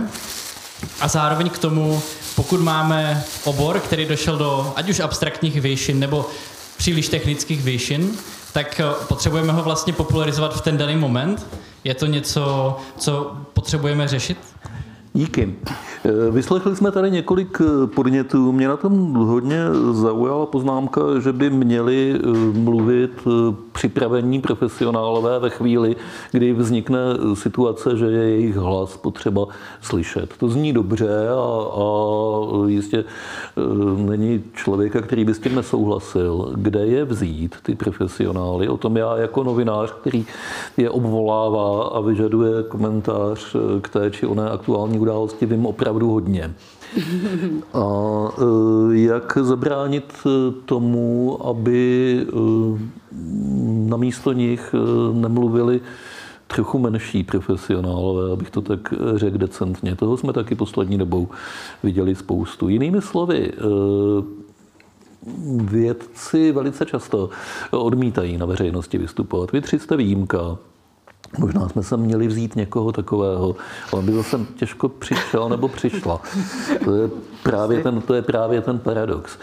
A zároveň k tomu, pokud máme obor, který došel do ať už abstraktních výšin nebo příliš technických výšin, tak potřebujeme ho vlastně popularizovat v ten daný moment. Je to něco, co potřebujeme řešit? Díky. Vyslechli jsme tady několik podnětů. Mě na tom hodně zaujala poznámka, že by měli mluvit připravení profesionálové ve chvíli, kdy vznikne situace, že je jejich hlas potřeba slyšet. To zní dobře a, a jistě není člověka, který by s tím nesouhlasil. Kde je vzít ty profesionály? O tom já jako novinář, který je obvolává a vyžaduje komentář k té či oné aktuální události, vím opravdu hodně. A jak zabránit tomu, aby namísto nich nemluvili trochu menší profesionálové, abych to tak řekl decentně. Toho jsme taky poslední dobou viděli spoustu. Jinými slovy, vědci velice často odmítají na veřejnosti vystupovat. Vy tři jste výjimka. Možná jsme se měli vzít někoho takového, ale by zase těžko přišel nebo přišla. To je právě ten, to je právě ten paradox.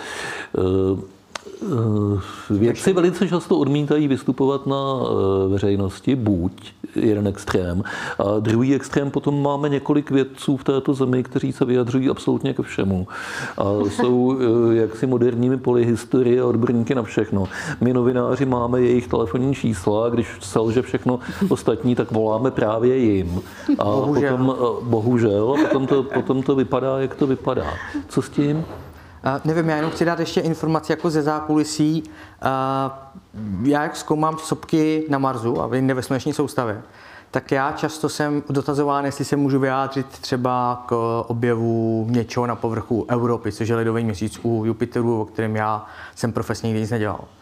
Vědci velice často odmítají vystupovat na veřejnosti, buď jeden extrém, a druhý extrém potom máme několik vědců v této zemi, kteří se vyjadřují absolutně ke všemu. A jsou jaksi moderními polyhistorie a odborníky na všechno. My novináři máme jejich telefonní čísla, a když selže všechno ostatní, tak voláme právě jim. A bohužel. potom, bohužel, a potom to, potom to vypadá, jak to vypadá. Co s tím? Uh, nevím, já jenom chci dát ještě informaci jako ze zákulisí. Uh, já jak zkoumám sopky na Marsu a ve sluneční soustavě, tak já často jsem dotazován, jestli se můžu vyjádřit třeba k objevu něčeho na povrchu Evropy, což je ledový měsíc u Jupiteru, o kterém já jsem profesně nikdy nic nedělal.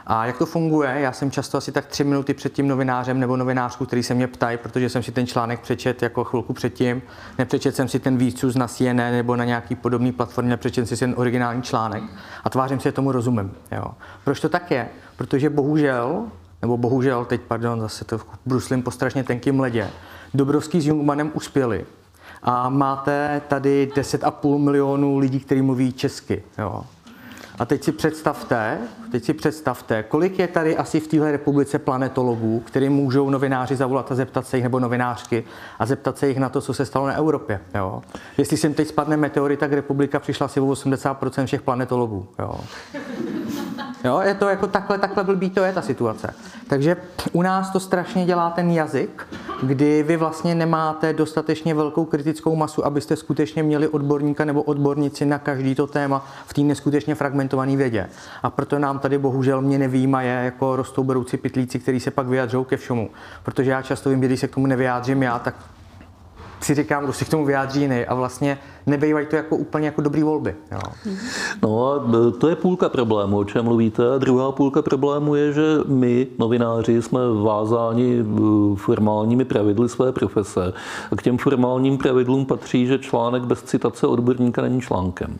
A jak to funguje? Já jsem často asi tak tři minuty před tím novinářem nebo novinářku, který se mě ptají, protože jsem si ten článek přečet jako chvilku předtím. Nepřečet jsem si ten výcud na C N N nebo na nějaký podobný platformě, nepřečet jsem si ten originální článek a tvářím si, že tomu rozumím. Jo. Proč to tak je? Protože bohužel, nebo bohužel, teď pardon, zase to bruslím po strašně tenkým ledě, Dobrovský s Jungmannem uspěli. A máte tady deset a půl milionů lidí, kteří mluví česky. Jo. A teď si představte, teď si představte, kolik je tady asi v téhle republice planetologů, kteří můžou novináři zavolat a zeptat se jich, nebo novinářky, a zeptat se jich na to, co se stalo na Evropě. Jo. Jestli sem teď spadne meteorit, tak republika přišla asi o osmdesát procent všech planetologů. Jo. Jo, je to jako takhle, takhle blbý to je ta situace. Takže u nás to strašně dělá ten jazyk, kdy vy vlastně nemáte dostatečně velkou kritickou masu, abyste skutečně měli odborníka nebo odbornici na každý to téma v té neskutečně fragmentované vědě. A proto nám tady bohužel mě nevýjímaje jako rostou beroucí pytlíci, kteří se pak vyjadřují ke všemu. Protože já často vím, že když se k tomu nevyjádřím já, tak si říkám, kdo si k tomu vyjádří jiný a vlastně nebývají to jako úplně jako dobrý volby. Jo. No a to je půlka problému, o čem mluvíte. A druhá půlka problému je, že my, novináři, jsme vázáni formálními pravidly své profese. A k těm formálním pravidlům patří, že článek bez citace odborníka není článkem.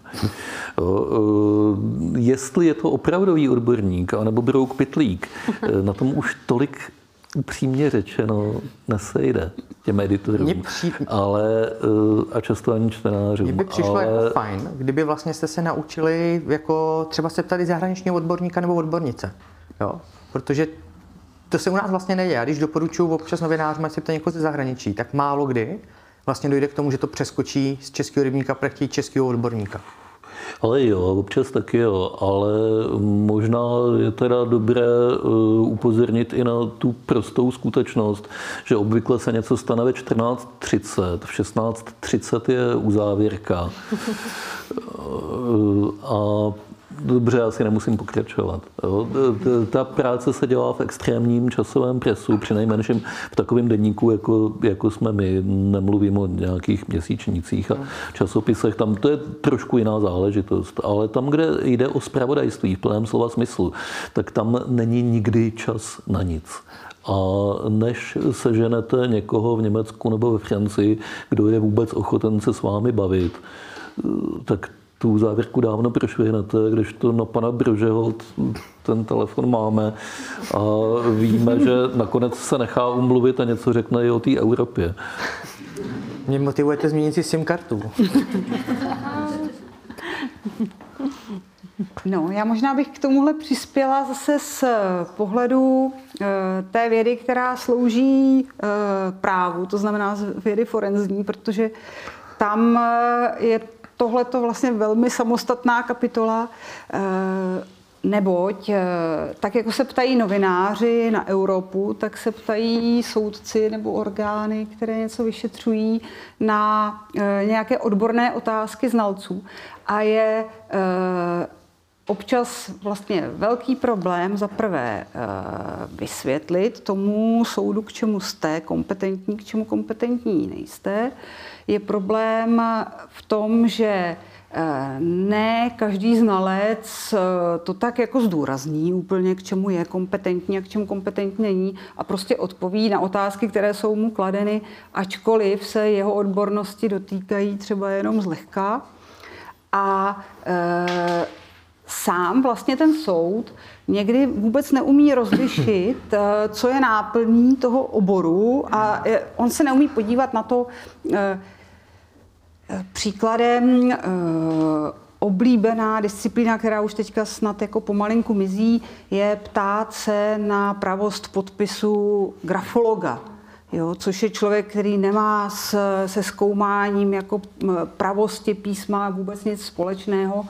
Jestli je to opravdový odborník, anebo brouk pytlík, na tom už tolik upřímně řečeno nesejde těm editorům, při... ale a často ani čtenářům. Mně by přišlo ale... jako fajn, kdyby vlastně jste se naučili jako třeba se ptali zahraničního odborníka nebo odbornice. Jo? Protože to se u nás vlastně neděje. Já když doporučuji občas novinářům, ať se ptají někoho ze zahraničí, tak málo kdy vlastně dojde k tomu, že to přeskočí z českého rybníka proti českého odborníka. Ale jo, občas taky jo, ale možná je teda dobré upozornit i na tu prostou skutečnost, že obvykle se něco stane ve čtrnáct třicet, v šestnáct třicet je uzávěrka. A dobře, já si nemusím pokračovat. Jo. Ta práce se dělá v extrémním časovém presu, přinejmenším v takovém deníku, jako, jako jsme my. Nemluvím o nějakých měsíčnících a časopisech. Tam to je trošku jiná záležitost. Ale tam, kde jde o zpravodajství v plném slova smyslu, tak tam není nikdy čas na nic. A než seženete někoho v Německu nebo ve Francii, kdo je vůbec ochoten se s vámi bavit, tak tu závěrku dávno prošvihnete, když to na pana Brožeho ten telefon máme a víme, že nakonec se nechá umluvit a něco řekne i o té Evropě. Mě motivujete změnit si SIM kartu. No, já možná bych k tomuhle přispěla zase z pohledu e, té vědy, která slouží e, právu, to znamená z vědy forenzní, protože tam je tohleto vlastně velmi samostatná kapitola, neboť tak jako se ptají novináři na Evropu, tak se ptají soudci nebo orgány, které něco vyšetřují, na nějaké odborné otázky znalců. A je občas vlastně velký problém za prvé vysvětlit tomu soudu, k čemu jste kompetentní, k čemu kompetentní nejste. Je problém v tom, že ne každý znalec to tak jako zdůrazní úplně, k čemu je kompetentní a k čemu kompetentní není a prostě odpoví na otázky, které jsou mu kladeny, ačkoliv se jeho odbornosti dotýkají třeba jenom zlehka. A e, sám vlastně ten soud někdy vůbec neumí rozlišit, co je náplní toho oboru a on se neumí podívat na to. Příkladem oblíbená disciplína, která už teďka snad jako pomalinku mizí, je ptát se na pravost podpisu grafologa. Jo, což je člověk, který nemá s, se zkoumáním jako pravosti písma vůbec nic společného.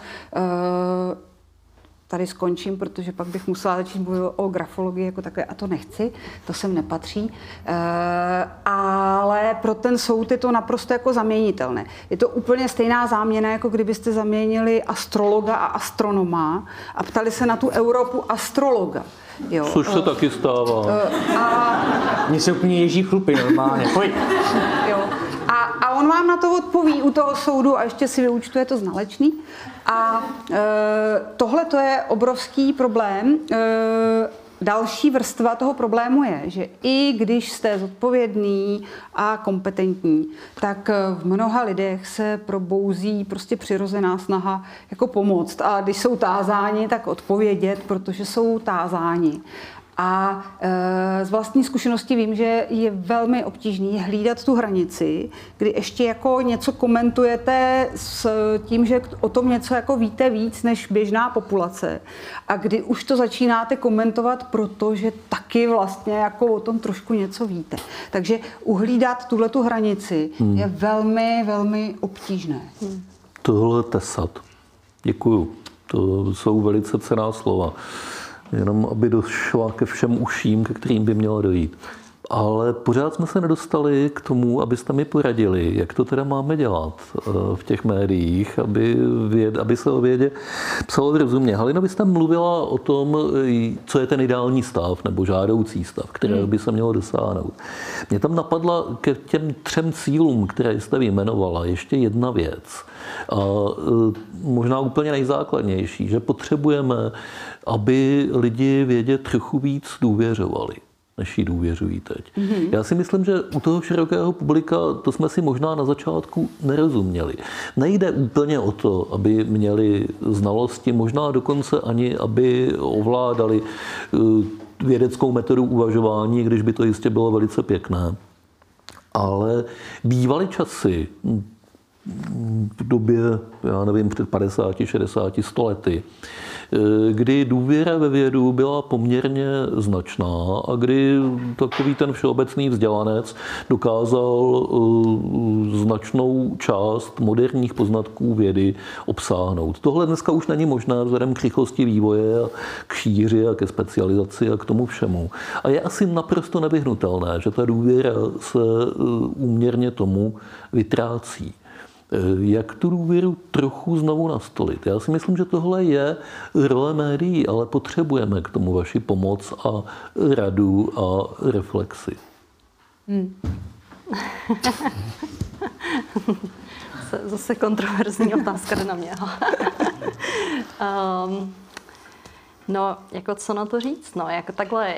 Tady skončím, protože pak bych musela začít mluvit o grafologii jako takové, a to nechci, to sem nepatří. E, ale pro ten soud je to naprosto jako zaměnitelné. Je to úplně stejná záměna, jako kdybyste zaměnili astrologa a astronoma a ptali se na tu Evropu astrologa. Jo, což se uh, taky stává. Uh, a... Mně se úplně ježí chlupy normálně. Pojď. Jo. A, a on vám na to odpoví u toho soudu a ještě si vyúčtuje to znalečný. A e, tohle to je obrovský problém. E, další vrstva toho problému je, že i když jste zodpovědný a kompetentní, tak v mnoha lidech se probouzí prostě přirozená snaha jako pomoct. A když jsou tázáni, tak odpovědět, protože jsou tázáni. A e, z vlastní zkušenosti vím, že je velmi obtížný hlídat tu hranici, kdy ještě jako něco komentujete s tím, že o tom něco jako víte víc než běžná populace. A kdy už to začínáte komentovat, protože taky vlastně jako o tom trošku něco víte. Takže uhlídat tuhletu hranici hmm. je velmi, velmi obtížné. Hmm. Tohle tesat. Děkuju. To jsou velice cenná slova. Jenom aby došla ke všem uším, ke kterým by měla dojít. Ale pořád jsme se nedostali k tomu, abyste mi poradili, jak to teda máme dělat v těch médiích, aby, věd, aby se o vědě psalo rozumně. Halino, vy jste mluvila o tom, co je ten ideální stav nebo žádoucí stav, kterého by se mělo dosáhnout. Mě tam napadla ke těm třem cílům, které jste vyjmenovala, ještě jedna věc. A možná úplně nejzákladnější, že potřebujeme, aby lidi vědě trochu víc důvěřovali, než jí důvěřují teď. Mm-hmm. Já si myslím, že u toho širokého publika to jsme si možná na začátku nerozuměli. Nejde úplně o to, aby měli znalosti, možná dokonce ani, aby ovládali vědeckou metodu uvažování, když by to jistě bylo velice pěkné. Ale bývaly časy, v době, já nevím, před padesáti, šedesáti, sto lety, kdy důvěra ve vědu byla poměrně značná a kdy takový ten všeobecný vzdělanec dokázal značnou část moderních poznatků vědy obsáhnout. Tohle dneska už není možné vzhledem k rychlosti vývoje a k šíři a ke specializaci a k tomu všemu. A je asi naprosto nevyhnutelné, že ta důvěra se úměrně tomu vytrácí. Jak tu důvěru trochu znovu nastolit? Já si myslím, že tohle je role médií, ale potřebujeme k tomu vaši pomoc a radu a reflexi. Hmm. Zase kontroverzní otázka jde na mě. um, no, jako co na to říct? No, jako takhle.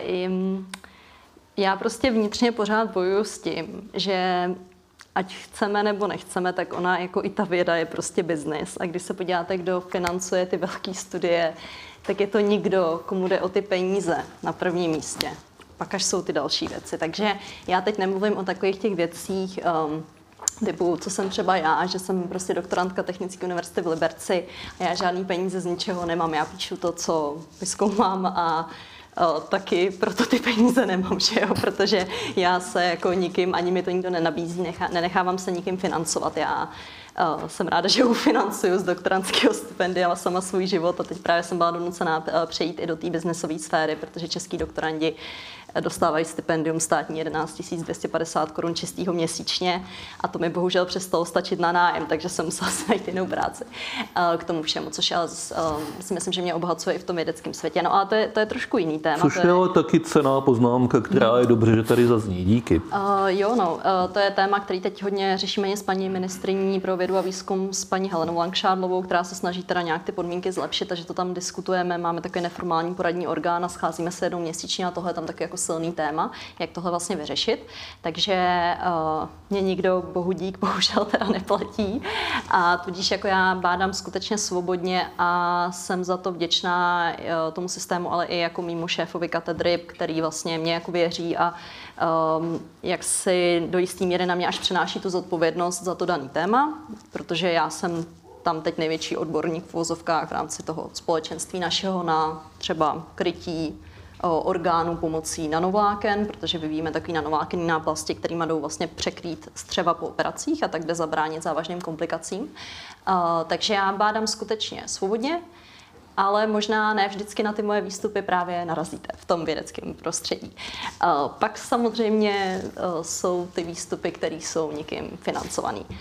Já prostě vnitřně pořád bojuju s tím, že ať chceme nebo nechceme, tak ona jako i ta věda je prostě biznis. A když se podíváte, kdo financuje ty velké studie, tak je to nikdo, komu jde o ty peníze na prvním místě. Pak až jsou ty další věci. Takže já teď nemluvím o takových těch věcích, um, typu, co jsem třeba já, že jsem prostě doktorantka Technické univerzity v Liberci a já žádný peníze z ničeho nemám. Já píšu to, co vyzkoumám a O, taky proto ty peníze nemám, že jo? Protože já se jako nikým, ani mi to nikdo nenabízí, nechá, nenechávám se nikým financovat. Já o, jsem ráda, že ufinancuju z doktorandského stipendia sama svůj život a teď právě jsem byla donucená přejít i do té biznesové sféry, protože český doktorandi dostávají stipendium státní jedenáct tisíc dvě stě padesát korun čistého měsíčně a to mi bohužel přestalo stačit na nájem, takže jsem musela si najít jinou práci k tomu všemu, což ale si myslím, že mě obohacuje i v tom vědeckém světě. No a to je, to je trošku jiný téma. Což je ale taky cenná poznámka, která je dobře, že tady zazní. Díky. Uh, jo, no, uh, to je téma, který teď hodně řešíme s paní ministryní pro vědu a výzkum, s paní Helenou Langšádlovou, která se snaží teda nějak ty podmínky zlepšit, takže to tam diskutujeme, máme takový neformální poradní orgán a scházíme se jednou měsíčně a tohle tam taky jako silný téma, jak tohle vlastně vyřešit. Takže uh, mě nikdo, bohu dík, bohužel teda neplatí. A tudíž jako já bádám skutečně svobodně a jsem za to vděčná uh, tomu systému, ale i jako mýmu šéfovi katedry, který vlastně mě jako věří a um, jak si do jistý míry na mě až přenáší tu zodpovědnost za to daný téma, protože já jsem tam teď největší odborník v uvozovkách v rámci toho společenství našeho na třeba krytí orgánů pomocí nanovláken, protože vyvíjíme takový nanovlákenný náplasti, kterými jdou vlastně překrýt střeva po operacích a tak jde zabránit závažným komplikacím. Uh, takže já bádám skutečně svobodně, ale možná ne vždycky na ty moje výstupy právě narazíte v tom vědeckém prostředí. Uh, pak samozřejmě uh, jsou ty výstupy, které jsou někým financovaný. Uh,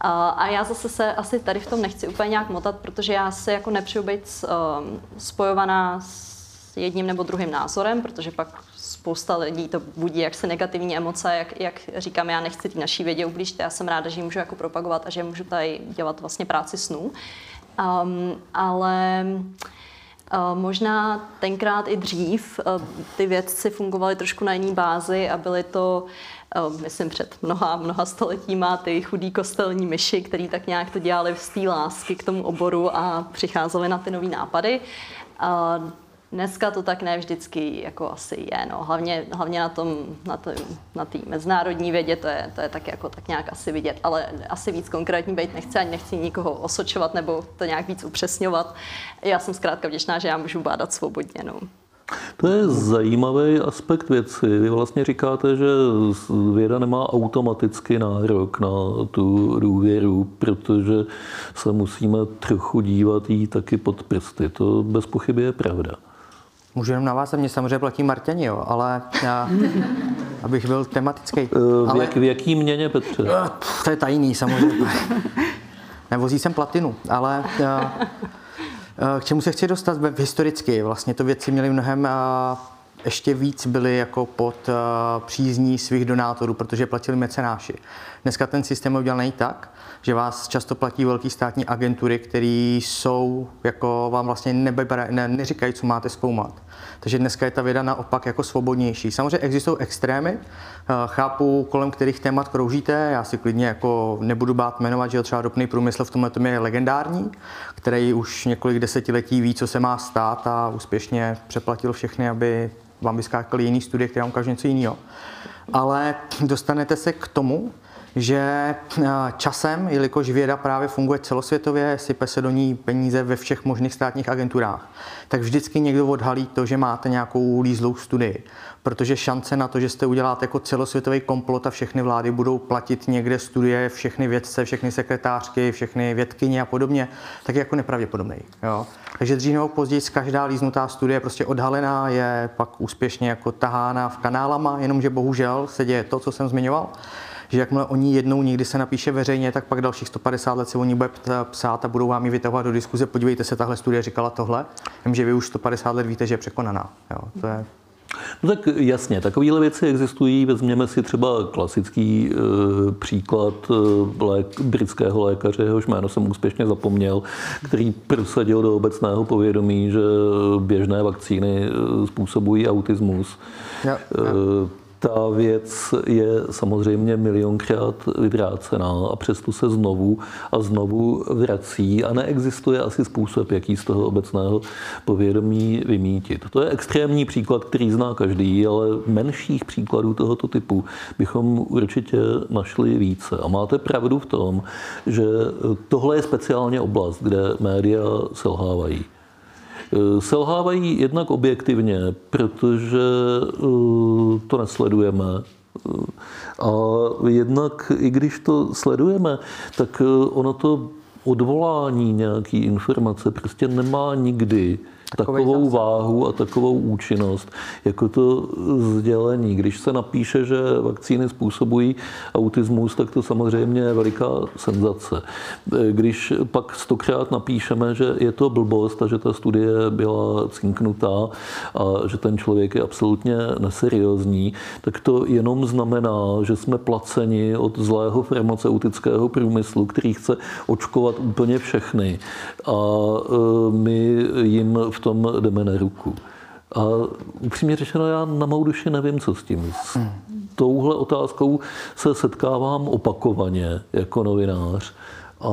a já zase se asi tady v tom nechci úplně nějak motat, protože já se jako nepřeju být uh, spojovaná s jedním nebo druhým názorem, protože pak spousta lidí to budí jaksi negativní emoce, jak, jak říkám, já nechci té naší vědě ublížit, já jsem ráda, že ji můžu jako propagovat a že můžu tady dělat vlastně práci snů. Um, ale uh, možná tenkrát i dřív uh, ty vědci fungovali trošku na jiný bázi a byly to, uh, myslím, před mnoha, mnoha stoletíma ty chudý kostelní myši, který tak nějak to dělali z té lásky k tomu oboru a přicházeli na ty nový nápady. Uh, Dneska to tak ne vždycky jako asi je, no. Hlavně, hlavně na tom, na té na mezinárodní vědě to je, to je tak, jako, tak nějak asi vidět, ale asi víc konkrétní být nechci, ani nechci nikoho osočovat nebo to nějak víc upřesňovat. Já jsem zkrátka vděčná, že já můžu bádat svobodně, no. To je zajímavý aspekt věci. Vy vlastně říkáte, že věda nemá automaticky nárok na tu důvěru, protože se musíme trochu dívat jí taky pod prsty. To bez pochyby je pravda. Můžu jenom navázat, mě samozřejmě platí Marťani, jo, ale já, abych byl tematický. V, ale... jak, v jaký měně, Petře? To je tajný samozřejmě. Nevozí jsem platinu, ale k čemu se chci dostat historicky? Vlastně to věci měly mnohem ještě víc byly jako pod přízní svých donátorů, protože platili mecenáši. Dneska ten systém je udělaný tak, že vás často platí velký státní agentury, které jsou, jako vám vlastně nebebere, ne, neříkají, co máte zkoumat. Takže dneska je ta věda naopak jako svobodnější. Samozřejmě existují extrémy, chápu, kolem kterých témat kroužíte, já si klidně jako nebudu bát jmenovat, že třeba ropný průmysl v tomhle tom je legendární, který už několik desetiletí ví, co se má stát a úspěšně přeplatil všechny, aby vám vyskákaly jiný studie, které vám ukážou něco jiného. Ale dostanete se k tomu, že časem, jelikož věda právě funguje celosvětově, sype se do ní peníze ve všech možných státních agenturách, tak vždycky někdo odhalí to, že máte nějakou lízlou studii. Protože šance na to, že jste uděláte jako celosvětový komplot a všechny vlády budou platit někde studie, všechny vědce, všechny sekretářky, všechny vědkyně a podobně, tak je jako nepravděpodobný. Jo? Takže dřív nebo později každá líznutá studie je prostě odhalená, je pak úspěšně jako tahána v kanálama, jenomže bohužel se děje to, co jsem zmiňoval, že jakmile o ní jednou někdy se napíše veřejně, tak pak dalších sto padesát let se o ní bude psát a budou vám ji vytahovat do diskuze. Podívejte se, tahle studie říkala tohle. Vím, že vy už sto padesát let víte, že je překonaná. Jo, to je... No tak jasně, takovéhle věci existují. Vezměme si třeba klasický e, příklad e, lék, britského lékaře, jehož jméno jsem úspěšně zapomněl, který prosadil do obecného povědomí, že běžné vakcíny e, způsobují autismus. Ja, ja. E, Ta věc je samozřejmě milionkrát vyvrácená a přesto se znovu a znovu vrací a neexistuje asi způsob, jaký z toho obecného povědomí vymítit. To je extrémní příklad, který zná každý, ale menších příkladů tohoto typu bychom určitě našli více. A máte pravdu v tom, že tohle je speciálně oblast, kde média selhávají. Selhávají jednak objektivně, protože to nesledujeme. A jednak, i když to sledujeme, tak ono to odvolání nějaký informace prostě nemá nikdy takovou váhu a takovou účinnost, jako to sdělení. Když se napíše, že vakcíny způsobují autismus, tak to samozřejmě je veliká senzace. Když pak stokrát napíšeme, že je to blbost a že ta studie byla cinknutá a že ten člověk je absolutně neseriózní, tak to jenom znamená, že jsme placeni od zlého farmaceutického průmyslu, který chce očkovat úplně všechny. A my jim v tom jdeme na ruku. A upřímně řečeno, já na mou duši nevím, co s tím. S touhle otázkou se setkávám opakovaně jako novinář. A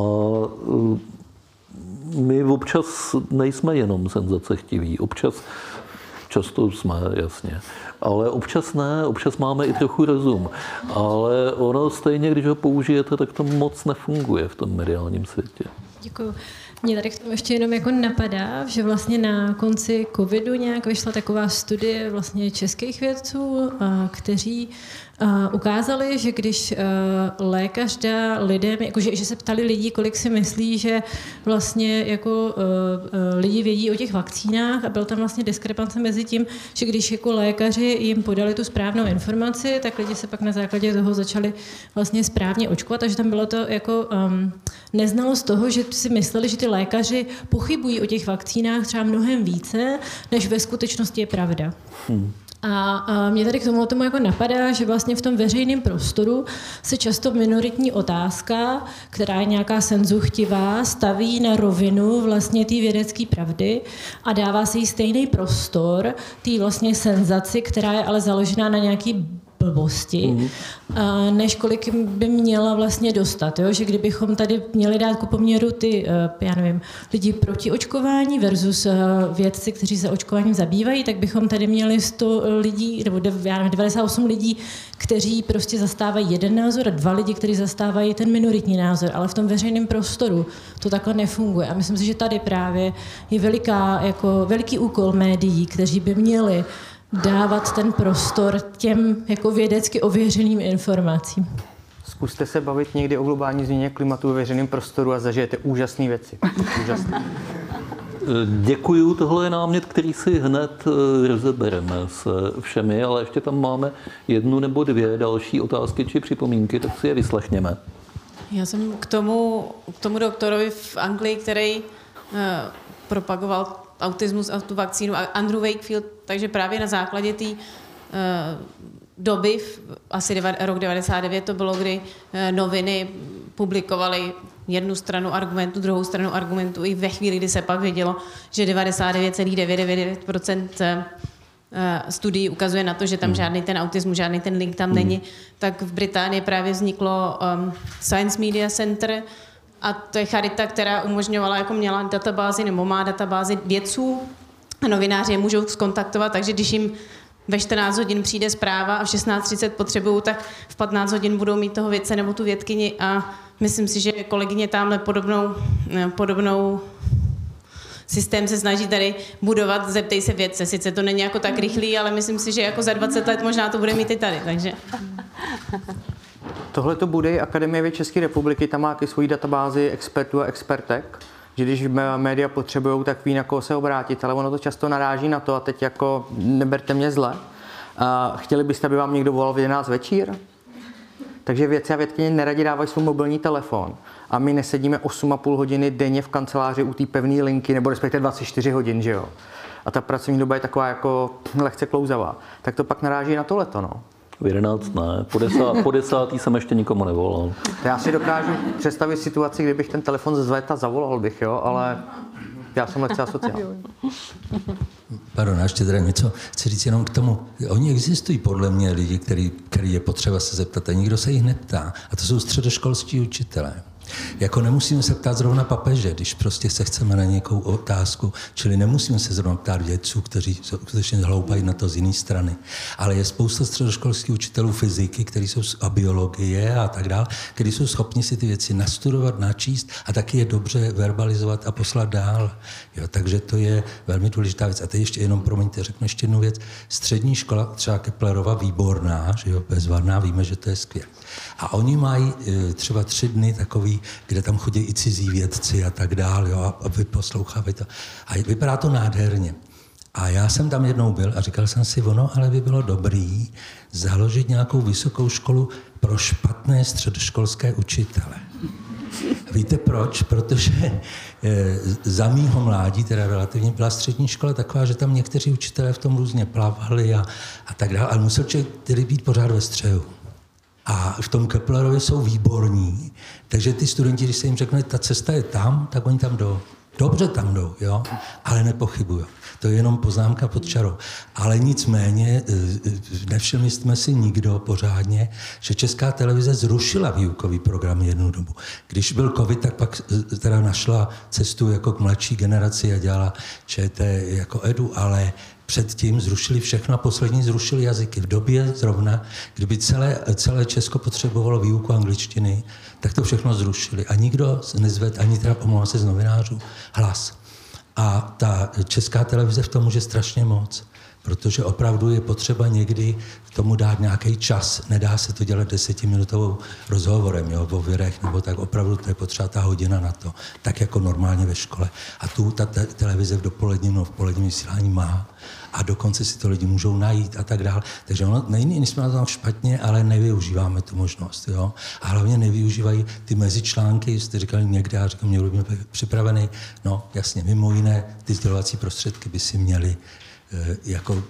my občas nejsme jenom senzacechtiví. Občas, často jsme, jasně. Ale občas ne, občas máme i trochu rozum. Ale ono stejně, když ho použijete, tak to moc nefunguje v tom mediálním světě. Děkuju. Mě tady k tomu ještě jenom jako napadá, že vlastně na konci covidu nějak vyšla taková studie vlastně českých vědců, kteří ukázali, že když lékař dá lidem, jakože, že se ptali lidí, kolik si myslí, že vlastně jako lidi vědí o těch vakcínách a byl tam vlastně diskrepance mezi tím, že když jako lékaři jim podali tu správnou informaci, tak lidi se pak na základě toho začali vlastně správně očkovat, takže tam bylo to jako um, neznalost toho, že si mysleli, že ty lékaři pochybují o těch vakcínách třeba mnohem více, než ve skutečnosti je pravda. Hmm. A, a mě tady k tomu, tomu jako napadá, že vlastně v tom veřejném prostoru se často minoritní otázka, která je nějaká senzuchtivá, staví na rovinu vlastně té vědecké pravdy a dává se jí stejný prostor té vlastně senzaci, která je ale založená na nějaký blbosti, mm. než kolik by měla vlastně dostat. Jo? Že kdybychom tady měli dát ku poměru ty, já nevím, lidi proti očkování versus vědci, kteří se očkováním zabývají, tak bychom tady měli sto lidí, nebo já nevím, devadesát osm lidí, kteří prostě zastávají jeden názor a dva lidi, kteří zastávají ten minoritní názor, ale v tom veřejném prostoru to takhle nefunguje. A myslím si, že tady právě je veliká, jako veliký úkol médií, kteří by měli dávat ten prostor těm jako vědecky ověřeným informacím. Zkuste se bavit někdy o globální změně klimatu ve veřejném prostoru a zažijete úžasné věci. Úžasné. Děkuju, tohle je námět, který si hned rozebereme se všemi, ale ještě tam máme jednu nebo dvě další otázky či připomínky, tak si je vyslechněme. Já jsem k tomu, k tomu doktorovi v Anglii, který uh, propagoval autismus a tu vakcínu, Andrew Wakefield, takže právě na základě té uh, doby, asi deva, rok devadesát devět to bylo, kdy uh, noviny publikovaly jednu stranu argumentu, druhou stranu argumentu i ve chvíli, kdy se pak vědělo, že devadesát devět celá devět devět procent studií ukazuje na to, že tam žádný ten autismus, žádný ten link tam není, tak v Británii právě vzniklo um, Science Media Center, a to je charita, která umožňovala, jako měla databázi nebo má databázi vědců a novináři je můžou skontaktovat, takže když jim ve čtrnáct hodin přijde zpráva a v šestnáct třicet potřebují, tak v patnáct hodin budou mít toho vědce nebo tu vědkyni a myslím si, že kolegyně tamhle podobnou, podobnou systém se snaží tady budovat, zeptej se vědce. Sice to není jako tak rychlý, ale myslím si, že jako za dvacet let možná to bude mít i tady, takže... Tohle to bude i Akademie věd České republiky, tam má ty svoji databázi expertů a expertek, že když média potřebují, tak ví, na koho se obrátit, ale ono to často naráží na to a teď jako neberte mě zle. A chtěli byste, aby vám někdo volal v jedenáct večír? Takže vědci a vědkyně neradi dávají svůj mobilní telefon a my nesedíme osm a půl hodiny denně v kanceláři u té pevné linky, nebo respektive dvacet čtyři hodin, že jo? A ta pracovní doba je taková jako lehce klouzavá. Tak to pak naráží na tohleto, no. V jedenáct ne, po, desát, po desátý jsem ještě nikomu nevolal. Já si dokážu představit situaci, kdybych ten telefon z léta zavolal bych, jo, ale já jsem lehce asociální. Pardon, ještě teda něco chci říct jenom k tomu. Oni existují podle mě lidi, který, který je potřeba se zeptat a nikdo se jich neptá. A to jsou středoškolští učitelé. Jako nemusíme se ptát zrovna papeže, když prostě se chceme na nějakou otázku, čili nemusíme se zrovna ptát vědců, kteří skutečně hloupají na to z jiné strany. Ale je spousta středoškolských učitelů fyziky, kteří jsou a biologie a tak dále, kteří jsou schopni si ty věci nastudovat, načíst a taky je dobře verbalizovat a poslat dál. Jo, takže to je velmi důležitá věc. A teď ještě jenom, promiňte, řeknu ještě jednu věc. Střední škola, třeba Keplerova, výborná, že jo, bezvadná, víme, že to je skvělé. A oni mají třeba tři dny takový, kde tam chodí i cizí vědci a tak dál, jo, a vy poslouchávají to. A vypadá to nádherně. A já jsem tam jednou byl a říkal jsem si, ono, ale by bylo dobrý založit nějakou vysokou školu pro špatné středoškolské učitele. Víte proč? Protože e, za mýho mládí, teda relativně, byla střední škola taková, že tam někteří učitelé v tom různě plavali a, a tak dále, ale musel člověk tedy být pořád ve střehu. A v tom Keplerově jsou výborní, takže ty studenti, když se jim řekne, ta cesta je tam, tak oni tam jdou. Dobře tam jdou, jo, ale nepochybuju. To je jenom poznámka pod čarou. Ale nicméně nevšimli jsme si nikdo pořádně, že Česká televize zrušila výukový program jednu dobu. Když byl covid, tak pak teda našla cestu jako k mladší generaci a dělala ČT jako edu, ale předtím zrušili všechno a poslední zrušili jazyky. V době zrovna, kdyby celé, celé Česko potřebovalo výuku angličtiny, tak to všechno zrušili. A nikdo nezvedl, ani teda omlouvám se z novinářů, hlas. A ta Česká televize v tom může strašně moc, protože opravdu je potřeba někdy k tomu dát nějaký čas. Nedá se to dělat desetiminutovou rozhovorem, jo, o virech, nebo tak opravdu to je potřeba ta hodina na to, tak jako normálně ve škole. A tu ta te- televize v dopoledním nebo v poledním vysílání má a dokonce si to lidi můžou najít a tak dále. Takže ono není, nejsme na tom špatně, ale nevyužíváme tu možnost. Jo? A hlavně nevyužívají ty mezičlánky, jste říkali někde, já říkám, měl by být připravený. No jasně, mimo jiné, ty sdělovací prostředky by si měly e, jako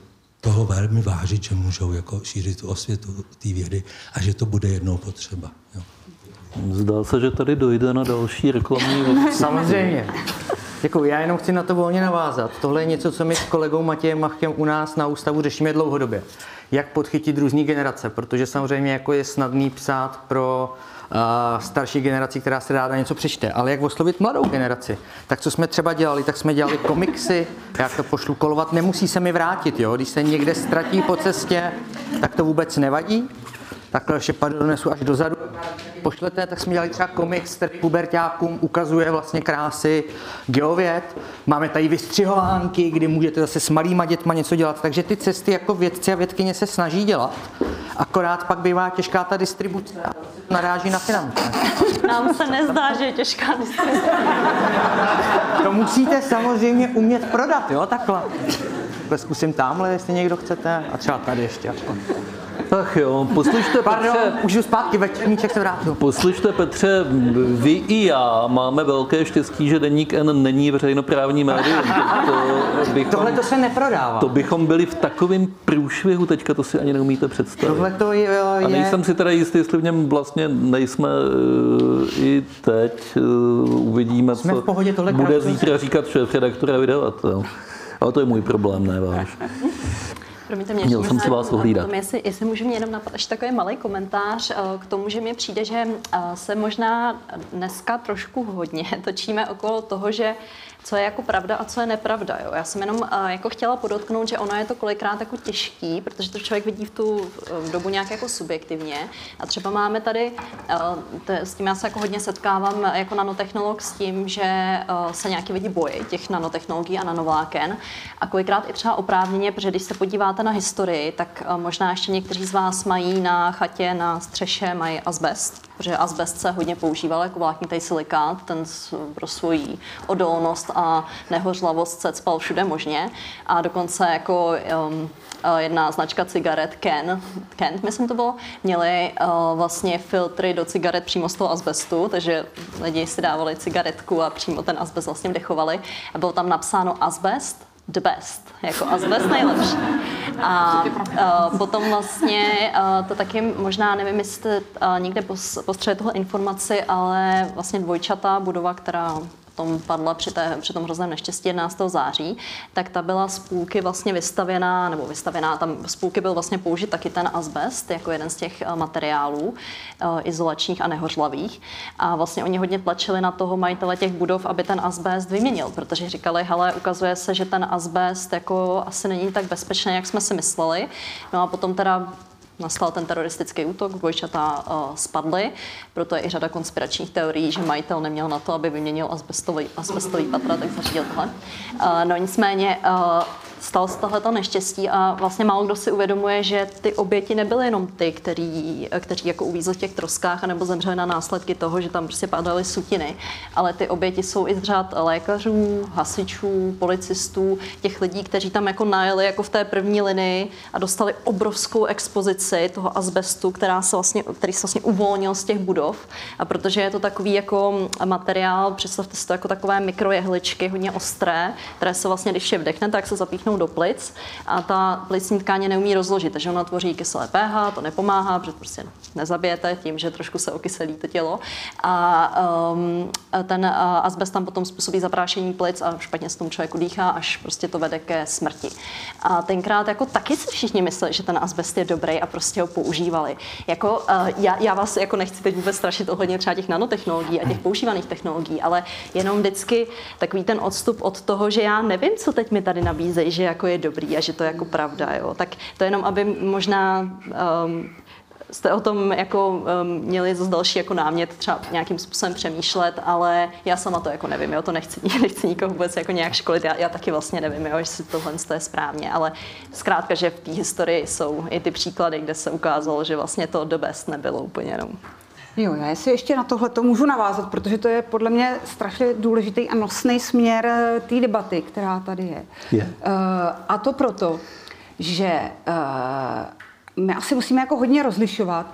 toho velmi vážit, že můžou jako šířit tu osvětu té vědy a že to bude jednou potřeba. Jo. Zdá se, že tady dojde na další reklamní odstupy. Samozřejmě. Děkuji, já jenom chci na to volně navázat. Tohle je něco, co my s kolegou Matějem Machkem u nás na ústavu řešíme dlouhodobě. Jak podchytit různý generace, protože samozřejmě jako je snadný psát pro uh, starší generaci, která se ráda něco přečte, ale jak oslovit mladou generaci. Tak co jsme třeba dělali, tak jsme dělali komiksy, já to pošlu kolovat, nemusí se mi vrátit, jo? Když se někde ztratí po cestě, tak to vůbec nevadí. Takhle šepadlo donesu až dozadu. Pošlete, tak jsme dělali třeba komiks, který puberťákům ukazuje vlastně krásy geověd. Máme tady vystřihovánky, kdy můžete zase s malýma dětma něco dělat. Takže ty cesty jako vědci a vědkyně se snaží dělat. Akorát pak bývá těžká ta distribuce a naráží na finance. Nám se nezdá, že je těžká distribuce. To musíte samozřejmě umět prodat, jo, takhle. Takhle zkusím tamhle, jestli někdo chcete, a třeba tady ještě. Ach jo, poslyšte Pardon, Petře, už jdu zpátky, večerníček se vrátil. poslyšte Petře, vy i já máme velké štěstí, že Deník N není veřejnoprávní médium. To, bychom, Tohle to se neprodává. to bychom byli v takovém průšvihu, teďka to si ani neumíte představit. Tohle to je, je... A nejsem si teda jistý, jestli v něm vlastně nejsme uh, i teď. Uh, uvidíme, Jsme co v pohodě, tohle bude krátce. zítra říkat šéfredaktora vydavatel. Ale to je můj problém, ne váš. Promiňte mě, Měl jsem si vás ohlídat. Potom, jestli, jestli můžu mě jenom napadat ještě takový malý komentář k tomu, že mi přijde, že se možná dneska trošku hodně točíme okolo toho, že co je jako pravda a co je nepravda. Jo. Já jsem jenom uh, jako chtěla podotknout, že ono je to kolikrát jako těžký, protože to člověk vidí v tu uh, dobu nějak jako subjektivně. A třeba máme tady, uh, t- s tím já se jako hodně setkávám jako nanotechnolog s tím, že uh, se nějaký lidi bojí těch nanotechnologií a nanovláken. A kolikrát i třeba oprávněně, protože když se podíváte na historii, tak uh, možná ještě někteří z vás mají na chatě, na střeše mají azbest, protože azbest se hodně používal jako vláknitý silikát, ten pro svoji odolnost a nehořlavost se cpal všude možně. A dokonce jako um, jedna značka cigaret Ken, Kent, myslím to bylo, měli uh, vlastně filtry do cigaret přímo z toho azbestu, takže lidi si dávali cigaretku a přímo ten azbest vlastně vdechovali. A bylo tam napsáno azbest the best, jako azbest nejlepší. A uh, potom vlastně uh, to taky možná, nevím, jestli jste uh, někde postřeli tuhle informaci, ale vlastně dvojčatá budova, která potom padla při, té, při tom hrozném neštěstí jedenáctého září, tak ta byla z půlky vlastně vystavěná, nebo vystavěná, tam z půlky byl vlastně použit taky ten azbest jako jeden z těch materiálů uh, izolačních a nehořlavých. A vlastně oni hodně tlačili na toho majitele těch budov, aby ten azbest vyměnil, protože říkali, hele, ukazuje se, že ten azbest jako asi není tak bezpečný, jak jsme si mysleli. No a potom teda nastal ten teroristický útok, dvojčata uh, spadly, proto je i řada konspiračních teorií, že majitel neměl na to, aby vyměnil azbestový, azbestový patra, tak zařídil tohle. Uh, no nicméně uh, stalo se tohleto neštěstí a vlastně málo kdo si uvědomuje, že ty oběti nebyly jenom ty, který, kteří jako uvízli v těch troskách anebo zemřeli na následky toho, že tam prostě padaly sutiny, ale ty oběti jsou i z řad lékařů, hasičů, policistů, těch lidí, kteří tam jako najeli jako v té první linii a dostali obrovskou expozici toho azbestu, která se vlastně, který se vlastně uvolnil z těch budov. A protože je to takový jako materiál, představte si to jako takové mikrojehličky, hodně ostré, které se vlastně, když je vdechne, tak se zapíchnou do plic a ta plicní tkáně neumí rozložit, takže ona tvoří kyselé pH, to nepomáhá, protože prostě nezabijete tím, že trošku se okyselí to tělo. A um, ten azbest tam potom způsobí zaprášení plic a špatně se tomu člověku dýchá, až prostě to vede ke smrti. A tenkrát jako taky si všichni mysleli, že ten azbest je dobrý a prostě ho používali. Jako, uh, já, já vás jako nechci teď vůbec strašit ohledně třeba těch nanotechnologií a těch používaných technologií, ale jenom vždycky takový ten odstup od toho, že já nevím, co teď mi tady nabízejí, že jako je dobrý a že to je jako pravda, jo. Tak to jenom, aby možná um, jste o tom jako um, měli zase další jako námět třeba nějakým způsobem přemýšlet, ale já sama to jako nevím, jo, to nechci, nechci nikoho vůbec jako nějak školit, já, já taky vlastně nevím, jo, jestli tohle je správně, ale zkrátka, že v té historii jsou i ty příklady, kde se ukázalo, že vlastně to the best nebylo úplně jenom. Jo, já si ještě na tohle to můžu navázat, protože to je podle mě strašně důležitý a nosný směr té debaty, která tady je. Yeah. Uh, a to proto, že uh, my asi musíme jako hodně rozlišovat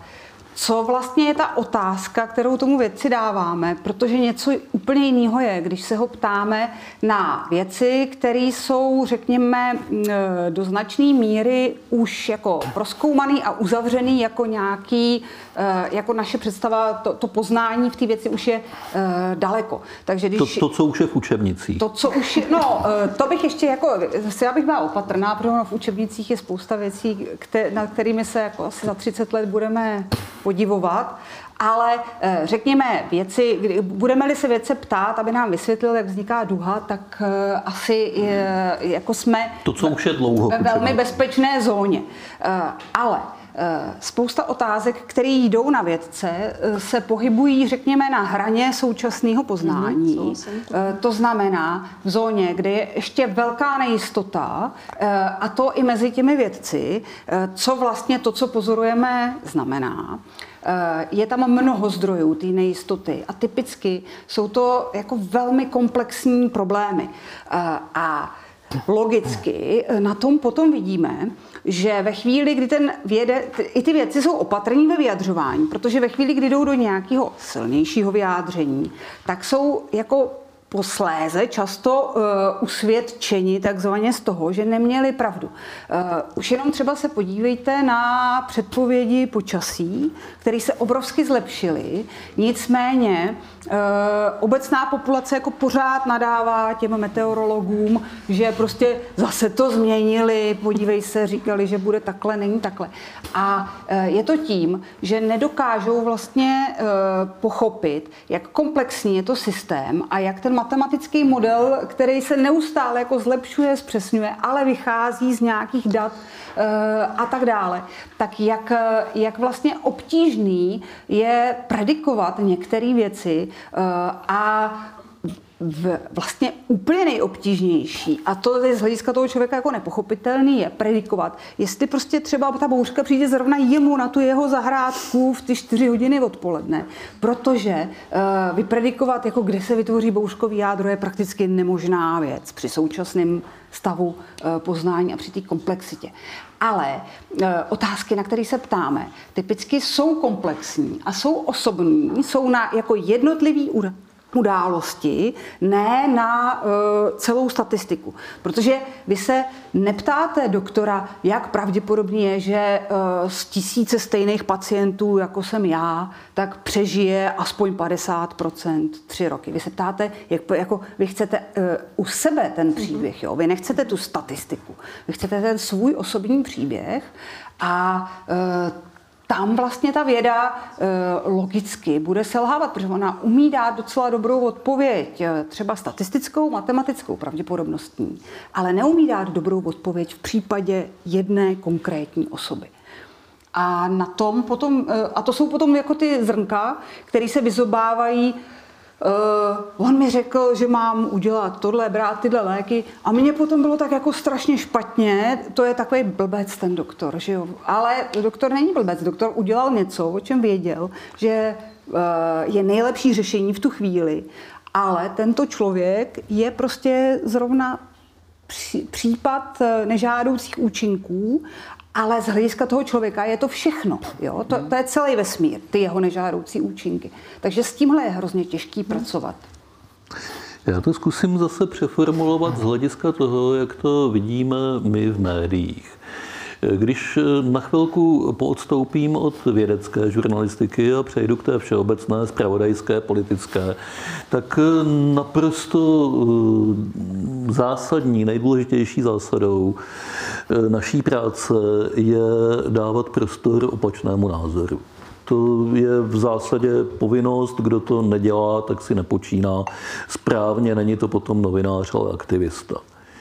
co vlastně je ta otázka, kterou tomu vědci dáváme, protože něco úplně jiného je, když se ho ptáme na věci, které jsou, řekněme, do značné míry už jako prozkoumaný a uzavřený jako nějaký, jako naše představa, to, to poznání v té věci už je daleko. Takže když, to, to, co už je v učebnicích. To, co už je, no, to bych ještě jako, zase já bych byla opatrná, protože v učebnicích je spousta věcí, kter, nad kterými se jako asi za třicet let budeme podivovat, ale řekněme věci, budeme-li se vědce ptát, aby nám vysvětlil, jak vzniká duha, tak asi je, jako jsme to, co už je dlouho ve velmi bezpečné zóně. Ale spousta otázek, které jdou na vědce, se pohybují, řekněme, na hraně současného poznání. Mm, to znamená v zóně, kde je ještě velká nejistota, a to i mezi těmi vědci, co vlastně to, co pozorujeme, znamená. Je tam mnoho zdrojů té nejistoty a typicky jsou to jako velmi komplexní problémy. A logicky na tom potom vidíme, že ve chvíli, kdy ten věde, i ty vědci jsou opatrní ve vyjadřování, protože ve chvíli, kdy jdou do nějakého silnějšího vyjádření, tak jsou jako posléze často uh, usvědčeni takzvaně z toho, že neměli pravdu. Uh, už jenom třeba se podívejte na předpovědi počasí, které se obrovsky zlepšily, nicméně uh, obecná populace jako pořád nadává těm meteorologům, že prostě zase to změnili, podívej se, říkali, že bude takhle, není takhle. A uh, je to tím, že nedokážou vlastně uh, pochopit, jak komplexní je to systém a jak ten matematický model, který se neustále jako zlepšuje, zpřesňuje, ale vychází z nějakých dat e, a tak dále. Tak jak, jak vlastně obtížný je predikovat některé věci e, a v, vlastně úplně nejobtížnější, a to je z hlediska toho člověka jako nepochopitelný, je predikovat, jestli prostě třeba ta bouřka přijde zrovna jemu na tu jeho zahrádku v ty čtyři hodiny odpoledne, protože uh, vypredikovat, jako kde se vytvoří bouřkový jádro, je prakticky nemožná věc při současném stavu uh, poznání a při té komplexitě. Ale uh, otázky, na které se ptáme, typicky jsou komplexní a jsou osobní, jsou na jako jednotlivý údaje události, ne na uh, celou statistiku. Protože vy se neptáte doktora, jak pravděpodobně je, že uh, z tisíce stejných pacientů, jako jsem já, tak přežije aspoň padesát procent tři roky. Vy se ptáte, jak, jako vy chcete uh, u sebe ten příběh, jo? Vy nechcete tu statistiku. Vy chcete ten svůj osobní příběh a uh, tam vlastně ta věda e, logicky bude selhávat, protože ona umí dát docela dobrou odpověď, třeba statistickou, matematickou, pravděpodobnostní, ale neumí dát dobrou odpověď v případě jedné konkrétní osoby. A na tom potom, e, a to jsou potom jako ty zrnka, které se vyzobávají. Uh, on mi řekl, že mám udělat tohle, brát tyhle léky a mně potom bylo tak jako strašně špatně, to je takový blbec ten doktor, že jo. Ale doktor není blbec, doktor udělal něco, o čem věděl, že uh, je nejlepší řešení v tu chvíli, ale tento člověk je prostě zrovna pří, případ nežádoucích účinků, ale z hlediska toho člověka je to všechno. Jo? To, to je celý vesmír, ty jeho nežádoucí účinky. Takže s tímhle je hrozně těžký pracovat. Já to zkusím zase přeformulovat z hlediska toho, jak to vidíme my v médiích. Když na chvilku poodstoupím od vědecké žurnalistiky a přejdu k té všeobecné, zpravodajské, politické, tak naprosto zásadní, nejdůležitější zásadou naší práce je dávat prostor opačnému názoru. To je v zásadě povinnost, kdo to nedělá, tak si nepočíná správně, není to potom novinář, ale aktivista.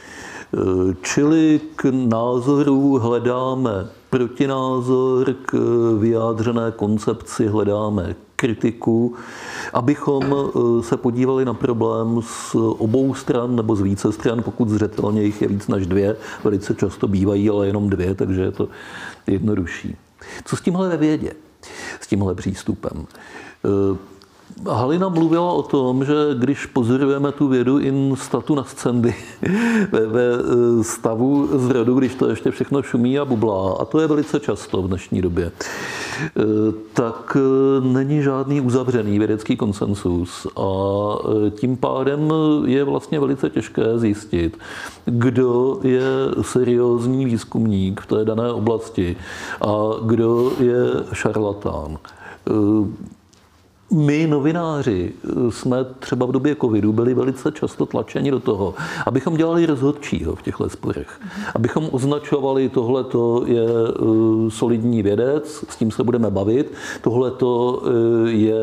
Čili k názoru hledáme protinázor, k vyjádřené koncepci hledáme kritiku, abychom se podívali na problém z obou stran nebo z více stran, pokud zřetelně jich je víc než dvě, velice často bývají, ale jenom dvě, takže je to jednodušší. Co s tímhle ve vědě? S tímhle přístupem? Halina mluvila o tom, že když pozorujeme tu vědu in statu nascendi ve, ve stavu zrodu, když to ještě všechno šumí a bublá, a to je velice často v dnešní době, tak není žádný uzavřený vědecký konsensus a tím pádem je vlastně velice těžké zjistit, kdo je seriózní výzkumník v té dané oblasti a kdo je šarlatán. My, novináři, jsme třeba v době covidu byli velice často tlačeni do toho, abychom dělali rozhodčího v těchto sporech. Abychom označovali, tohleto je solidní vědec, s tím se budeme bavit, tohleto je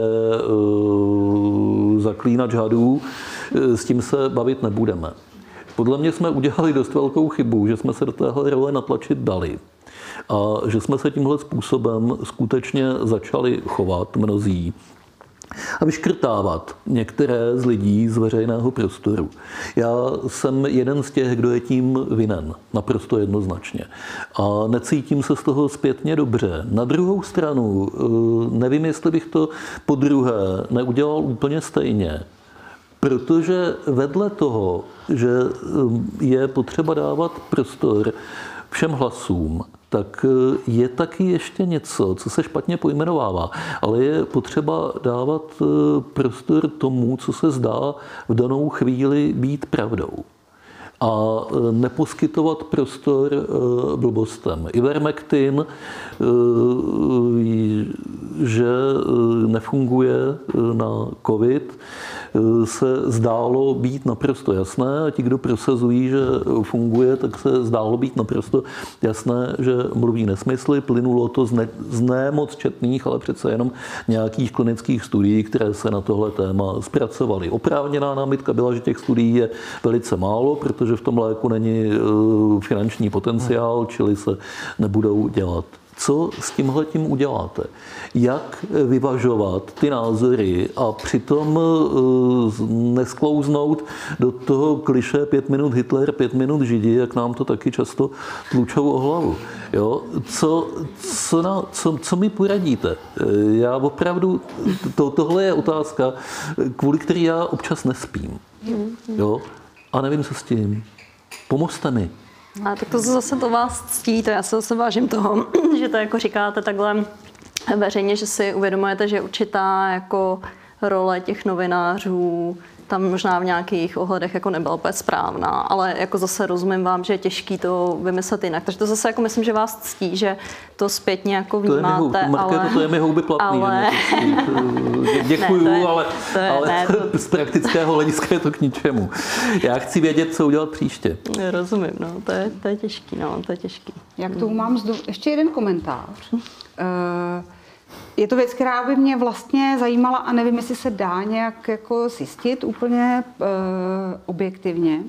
zaklínač hadů, s tím se bavit nebudeme. Podle mě jsme udělali dost velkou chybu, že jsme se do téhle role natlačit dali. A že jsme se tímhle způsobem skutečně začali chovat mnozí a vyškrtávat některé z lidí z veřejného prostoru. Já jsem jeden z těch, kdo je tím vinen, naprosto jednoznačně. A necítím se z toho zpětně dobře. Na druhou stranu, nevím, jestli bych to podruhé neudělal úplně stejně, protože vedle toho, že je potřeba dávat prostor všem hlasům, tak je taky ještě něco, co se špatně pojmenovává, ale je potřeba dávat prostor tomu, co se zdá v danou chvíli být pravdou. A neposkytovat prostor blbostem. Ivermectin, že nefunguje na covid, se zdálo být naprosto jasné a ti, kdo prosazují, že funguje, tak se zdálo být naprosto jasné, že mluví nesmysly. Plynulo to z, ne, z ne moc četných, ale přece jenom nějakých klinických studií, které se na tohle téma zpracovaly. Oprávněná námitka byla, že těch studií je velice málo, protože v tom léku není finanční potenciál, čili se nebudou dělat. Co s tímhletím uděláte? Jak vyvažovat ty názory a přitom nesklouznout do toho klišé pět minut Hitler, pět minut Židi, jak nám to taky často tlučou o hlavu. Jo? Co, co, na, co, co mi poradíte? Já opravdu, to, tohle je otázka, kvůli který já občas nespím. Jo? A nevím, co s tím. Pomozte mi. A tak to zase to vás ctí, to já se zase vážím toho, že to jako říkáte takhle veřejně, že si uvědomujete, že určitá jako role těch novinářů tam možná v nějakých ohledech jako nebyla úplně správná, ale jako zase rozumím vám, že je těžký to vymyslet jinak. Takže to zase jako myslím, že vás ctí, že to zpětně jako vnímáte, to je mi, ale... Markéto, to je mi houby platný, ale... že děkuju, ne, to je, ale, to je, ale ne, to... z praktického hlediska je to k ničemu. Já chci vědět, co udělat příště. Rozumím, no, to je, to je těžký, no, to je těžký. Jak tomu mám zdu... Ještě jeden komentář. Uh, Je to věc, která by mě vlastně zajímala a nevím, jestli se dá nějak jako zjistit úplně e, objektivně.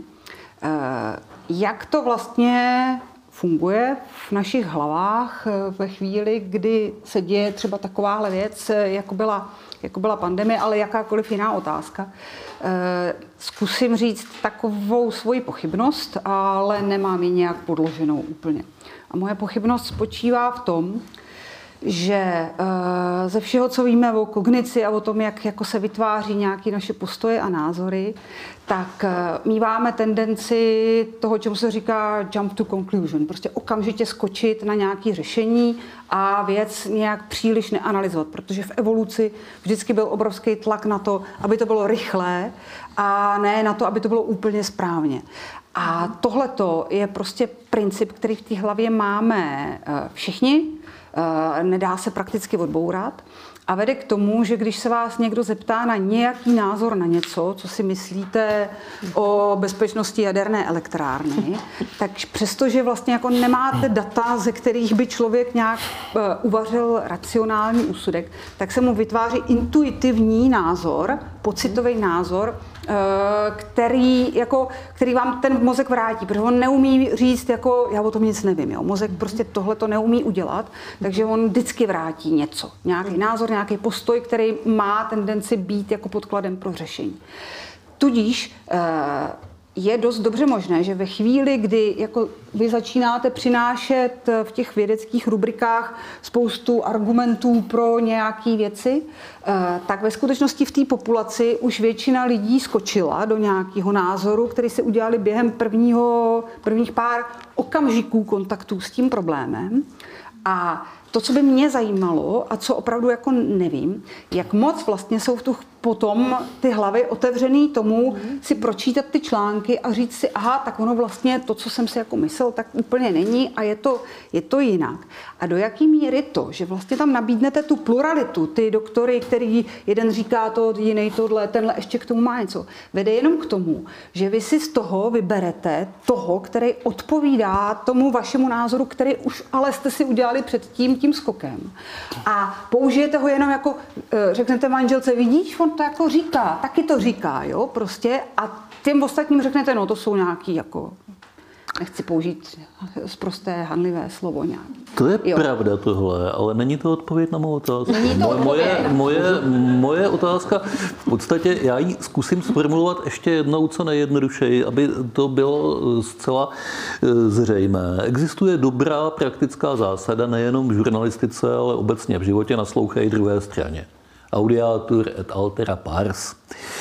E, jak to vlastně funguje v našich hlavách ve chvíli, kdy se děje třeba takováhle věc, jako byla, jako byla pandemie, ale jakákoliv jiná otázka. E, zkusím říct takovou svoji pochybnost, ale nemám ji nějak podloženou úplně. A moje pochybnost spočívá v tom, že ze všeho, co víme o kognici a o tom, jak jako se vytváří nějaké naše postoje a názory, tak míváme tendenci toho, čemu se říká jump to conclusion. Prostě okamžitě skočit na nějaké řešení a věc nějak příliš neanalyzovat, protože v evoluci vždycky byl obrovský tlak na to, aby to bylo rychlé a ne na to, aby to bylo úplně správně. A tohleto je prostě princip, který v té hlavě máme všichni, nedá se prakticky odbourat a vede k tomu, že když se vás někdo zeptá na nějaký názor na něco, co si myslíte o bezpečnosti jaderné elektrárny, tak přestože vlastně jako nemáte data, ze kterých by člověk nějak uvařil racionální úsudek, tak se mu vytváří intuitivní názor, pocitový názor, který, jako, který vám ten mozek vrátí, protože on neumí říct, jako já o tom nic nevím. Jo. Mozek prostě tohle to neumí udělat, takže on vždycky vrátí něco. Nějaký názor, nějaký postoj, který má tendenci být jako podkladem pro řešení. Tudíž je dost dobře možné, že ve chvíli, kdy jako vy začínáte přinášet v těch vědeckých rubrikách spoustu argumentů pro nějaké věci, tak ve skutečnosti v té populaci už většina lidí skočila do nějakého názoru, který si udělali během prvního, prvních pár okamžiků kontaktů s tím problémem. A to, co by mě zajímalo a co opravdu jako nevím, jak moc vlastně jsou v tu potom ty hlavy otevřený tomu si pročítat ty články a říct si, aha, tak ono vlastně to, co jsem si jako myslel, tak úplně není a je to, je to jinak. A do jaký míry to, že vlastně tam nabídnete tu pluralitu, ty doktory, který jeden říká to, jiný tohle, tenhle ještě k tomu má něco, vede jenom k tomu, že vy si z toho vyberete toho, který odpovídá tomu vašemu názoru, který už ale jste si udělali před tím, tím skokem. A použijete ho jenom jako, řeknete manželce, vidíš, on to jako říká, taky to říká, jo, prostě, a těm ostatním řeknete, no to jsou nějaký jako, nechci použít sprosté, hanlivé slovo nějak. To je jo. pravda tohle, ale není to odpověď na mou otázku. Není to moje, moje, moje otázka, v podstatě já ji zkusím sformulovat ještě jednou co nejjednodušeji, aby to bylo zcela zřejmé. Existuje dobrá praktická zásada nejenom v žurnalistice, ale obecně v životě, naslouchej druhé straně. Audiatur et altera pars.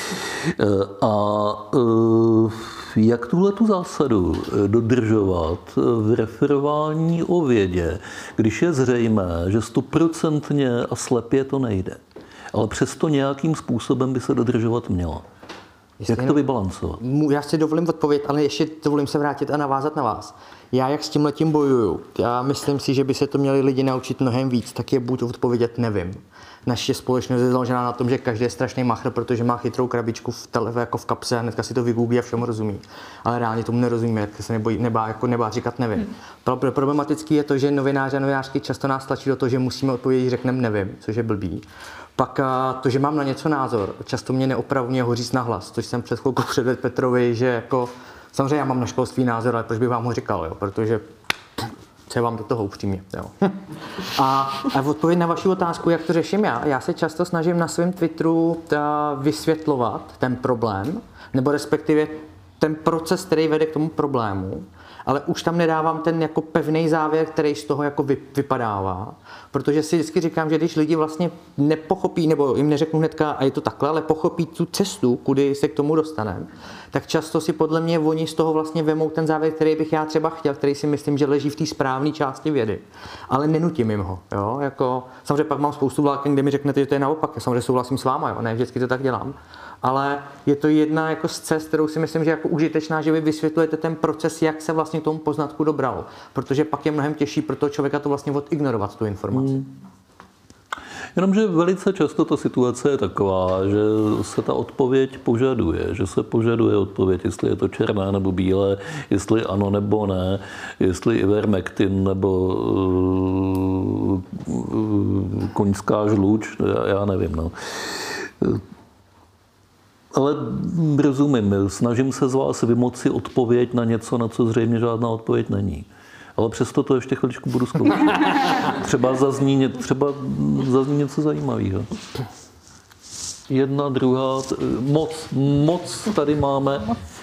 A jak tuhletu zásadu dodržovat v referování o vědě, když je zřejmé, že stoprocentně a slepě to nejde, ale přesto nějakým způsobem by se dodržovat měla? Jak to vybalancovat? Já si dovolím odpovědět, ale ještě dovolím se vrátit a navázat na vás. Já jak s tímhletím bojuju, já myslím si, že by se to měli lidi naučit mnohem víc, tak je buď odpovědět nevím. Naše společnost je založená na tom, že každý je strašný machr, protože má chytrou krabičku v tele, jako v kapse a hnedka si to vygooglí a všemu rozumí. Ale reálně tomu nerozumíme, jak se nebojí, nebá, jako nebá říkat nevím. Hmm. Problematický je to, že novináři a novinářky často nás tlačí do toho, že musíme odpovědět, řekneme nevím, což je blbý. Pak to, že mám na něco názor, často mě neopravňuje ho říct nahlas, což jsem před chvilkou předvedl Petrovi, že jako, samozřejmě já mám na školství názor, ale proč bych vám ho říkal, jo? Protože co vám do toho upřímně. Jo. A, a v odpověď na vaši otázku, jak to řeším já, já se často snažím na svém Twitteru ta, vysvětlovat ten problém, nebo respektive ten proces, který vede k tomu problému, ale už tam nedávám ten jako pevný závěr, který z toho jako vy, vypadává, protože si vždycky říkám, že když lidi vlastně nepochopí, nebo jim neřeknu hnedka, a je to takhle, ale pochopí tu cestu, kudy se k tomu dostaneme, tak často si podle mě oni z toho vlastně vemou ten závěr, který bych já třeba chtěl, který si myslím, že leží v té správné části vědy. Ale nenutím jim ho. Jo? Jako, samozřejmě pak mám spoustu vláken, kde mi řeknete, že to je naopak. Já samozřejmě souhlasím s váma, jo? Ne vždycky to tak dělám. Ale je to jedna jako z cest, kterou si myslím, že jako užitečná, že vy vysvětlujete ten proces, jak se vlastně k tomu poznatku dobralo. Protože pak je mnohem těžší pro toho člověka to vlastně odignorovat, tu informaci. Hmm. Jenomže velice často ta situace je taková, že se ta odpověď požaduje, že se požaduje odpověď, jestli je to černé nebo bílé, jestli ano nebo ne, jestli ivermectin nebo uh, uh, koňská žluč, já, já nevím. No. Ale rozumím, snažím se z vás vymoci odpověď na něco, na co zřejmě žádná odpověď není. Ale přesto to ještě chviličku budu zkoušet. Třeba zazní, třeba zazní něco zajímavého. Jedna, druhá, moc, moc tady máme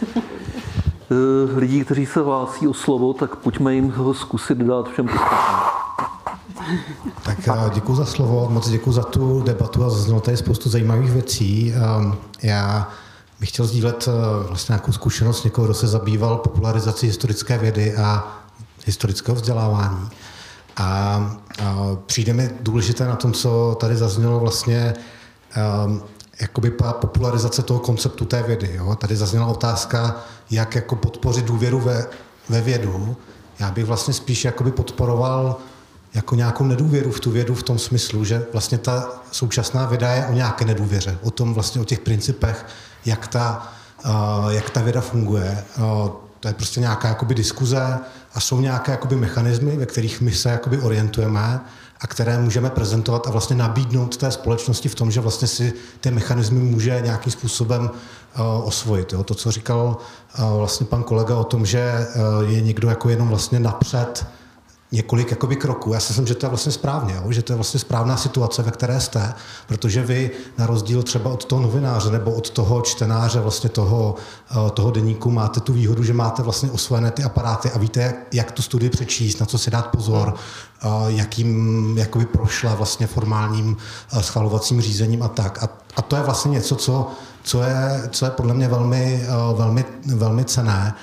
lidí, kteří se hlásí o slovo, tak pojďme jim ho zkusit dát všem ostatním. Tak děkuji za slovo, moc děkuji za tu debatu a zaznělo tady spoustu zajímavých věcí. Já bych chtěl sdílet vlastně nějakou zkušenost někoho, kdo se zabýval popularizací historické vědy a historického vzdělávání. A, a přijde mi důležité na tom, co tady zaznělo vlastně um, jakoby popularizace toho konceptu té vědy. Jo? Tady zazněla otázka, jak jako podpořit důvěru ve, ve vědu. Já bych vlastně spíš jakoby podporoval jako nějakou nedůvěru v tu vědu v tom smyslu, že vlastně ta současná věda je o nějaké nedůvěře, o tom vlastně o těch principech, jak ta, uh, jak ta věda funguje. Uh, to je prostě nějaká jakoby diskuze a jsou nějaké jakoby mechanismy, ve kterých my se jakoby orientujeme a které můžeme prezentovat a vlastně nabídnout té společnosti v tom, že vlastně si ty mechanismy může nějakým způsobem uh, osvojit. Jo? To, co říkal uh, vlastně pan kolega o tom, že uh, je někdo jako jenom vlastně napřed několik jakoby kroků. Já si myslím, že to je vlastně správně, jo? Že to je vlastně správná situace, ve které jste, protože vy na rozdíl třeba od toho novináře nebo od toho čtenáře vlastně toho, toho deníku máte tu výhodu, že máte vlastně osvojené ty aparáty a víte, jak, jak tu studii přečíst, na co si dát pozor, jakým jakoby prošla vlastně formálním schvalovacím řízením a tak. A, a to je vlastně něco, co, co, je, co je podle mě velmi, velmi, velmi cenné.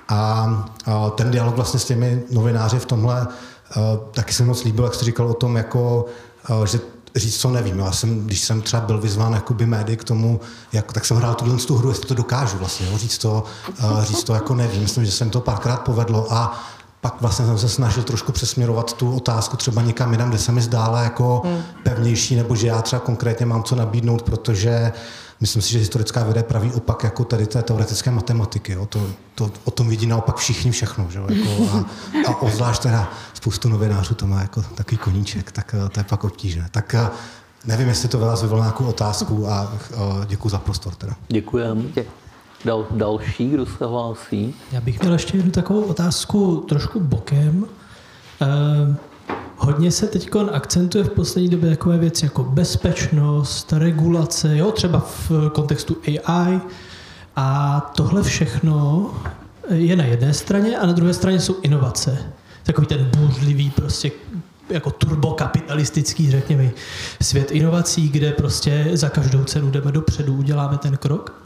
A ten dialog vlastně s těmi novináři v tomhle taky se mi moc líbil, jak jste říkal o tom, jako, že říct, co nevím. Já jsem, když jsem třeba byl vyzván jakoby médii k tomu, jak, tak jsem hrál tuhle tu hru, jestli to dokážu vlastně, jo, říct, to, říct to jako nevím. Myslím, že se mi to párkrát povedlo a pak vlastně jsem se snažil trošku přesměrovat tu otázku třeba někam jinam, kde se mi zdála jako hmm. pevnější, nebo že já třeba konkrétně mám co nabídnout, protože myslím si, že historická věda je pravý opak jako tady té teoretické matematiky. Jo. To, to, o tom vidí naopak všichni všechno. Že? Jako a, a obzvlášť teda spoustu novinářů to má jako takový koníček, tak to je pak obtížné. Tak nevím, jestli to vás vyvolalo nějakou otázku a, a děkuji za prostor. Teda. Děkujeme. Dal, další, kdo se hlásí? Já bych měl ještě jednu takovou otázku trošku bokem. Eh, hodně se teď akcentuje v poslední době takové věci jako bezpečnost, regulace, jo, třeba v kontextu A I. A tohle všechno je na jedné straně a na druhé straně jsou inovace. Takový ten bouřlivý prostě jako turbokapitalistický, řekněme, svět inovací, kde prostě za každou cenu jdeme dopředu, uděláme ten krok.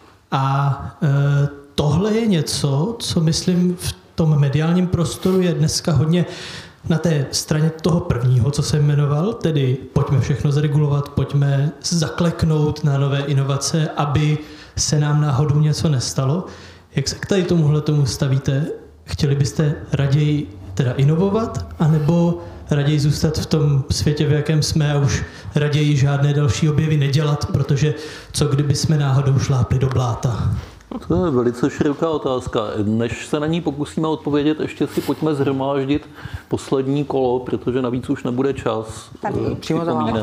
A e, tohle je něco, co myslím v tom mediálním prostoru je dneska hodně na té straně toho prvního, co jsem jmenoval, tedy pojďme všechno zregulovat, pojďme zakleknout na nové inovace, aby se nám náhodou něco nestalo. Jak se k tady tomuhle tomu stavíte? Chtěli byste raději teda inovovat, anebo raději zůstat v tom světě, v jakém jsme a už raději žádné další objevy nedělat, protože co kdyby jsme náhodou šlápli do bláta? To je velice široká otázka. Než se na ní pokusíme odpovědět, ještě si pojďme zhromáždit poslední kolo, protože navíc už nebude čas. Tady, přímo za vámi.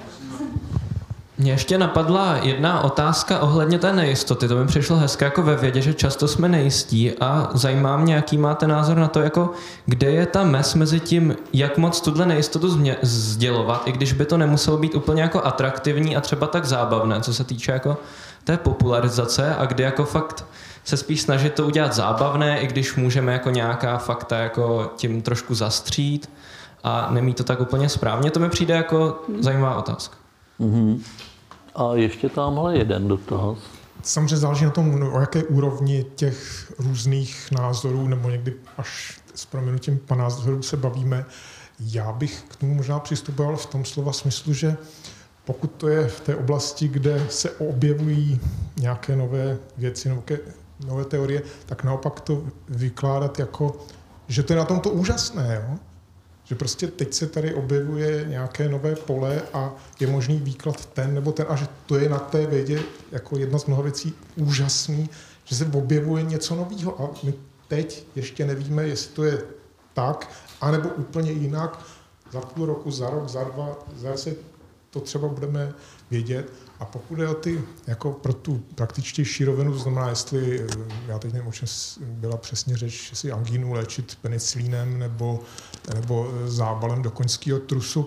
Mně ještě napadla jedna otázka ohledně té nejistoty. To mi přišlo hezké jako ve vědě, že často jsme nejistí a zajímá mě, jaký máte názor na to, jako kde je ta mez mezi tím, jak moc tuhle nejistotu sdělovat, i když by to nemuselo být úplně jako atraktivní a třeba tak zábavné, co se týče jako té popularizace a kdy jako fakt se spíš snažit to udělat zábavné, i když můžeme jako nějaká fakta jako tím trošku zastřít a nemít to tak úplně správně. To mi přijde jako zajímavá otázka. Mm-hmm. A ještě tamhle jeden dotaz. Samozřejmě záleží na tom, o jaké úrovni těch různých názorů, nebo někdy až s prominutím pan názorů se bavíme. Já bych k tomu možná přistupoval v tom slova smyslu, že pokud to je v té oblasti, kde se objevují nějaké nové věci, nějaké nové teorie, tak naopak to vykládat jako, že to je na tomto úžasné, jo? Že prostě teď se tady objevuje nějaké nové pole a je možný výklad ten nebo ten a že to je na té vědě jako jedna z mnoha věcí úžasný, že se objevuje něco nového a my teď ještě nevíme, jestli to je tak, anebo úplně jinak. Za půl roku, za rok, za dva, zase to třeba budeme vědět. A pokud je o ty, jako pro tu praktičtější rovinu, to znamená, jestli, já teď nevím, o čem byla přesně řeč, jestli angínu léčit penicilínem nebo, nebo zábalem do koňského trusu.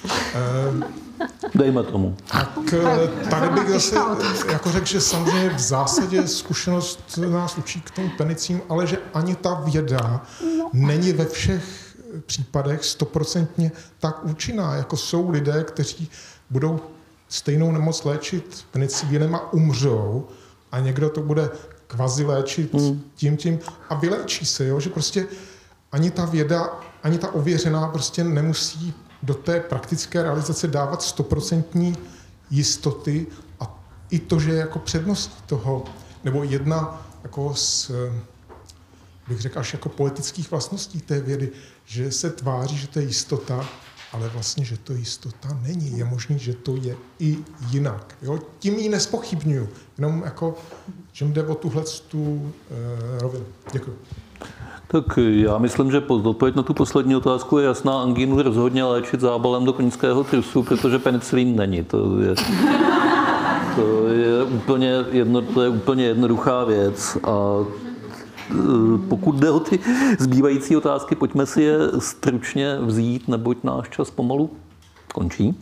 Dejme tomu. Tak tady bych zase jako řekl, že samozřejmě v zásadě zkušenost nás učí k tomu penicínu, ale že ani ta věda není ve všech případech stoprocentně tak účinná, jako jsou lidé, kteří budou stejnou nemoc léčit penicilinem a umřou a někdo to bude kvazi léčit mm. tím, tím a vyléčí se, jo? Že prostě ani ta věda, ani ta ověřená prostě nemusí do té praktické realizace dávat stoprocentní jistoty a i to, že jako přednost toho, nebo jedna jako z, bych řekl, až jako poetických vlastností té vědy, že se tváří, že to je jistota, ale vlastně, že to jistota není. Je možný, že to je i jinak. Jo? Tím ji nespochybňuju. Jenom jako, že jde o tuhle tu e, rovinu. Děkuji. Tak já myslím, že odpověď na tu poslední otázku je jasná. Angínu rozhodně léčit zábalem do koňského trusu, protože penicilín není. To je, to je, úplně, jedno, to je úplně jednoduchá věc. A pokud jde o ty zbývající otázky, pojďme si je stručně vzít, neboť náš čas pomalu končí.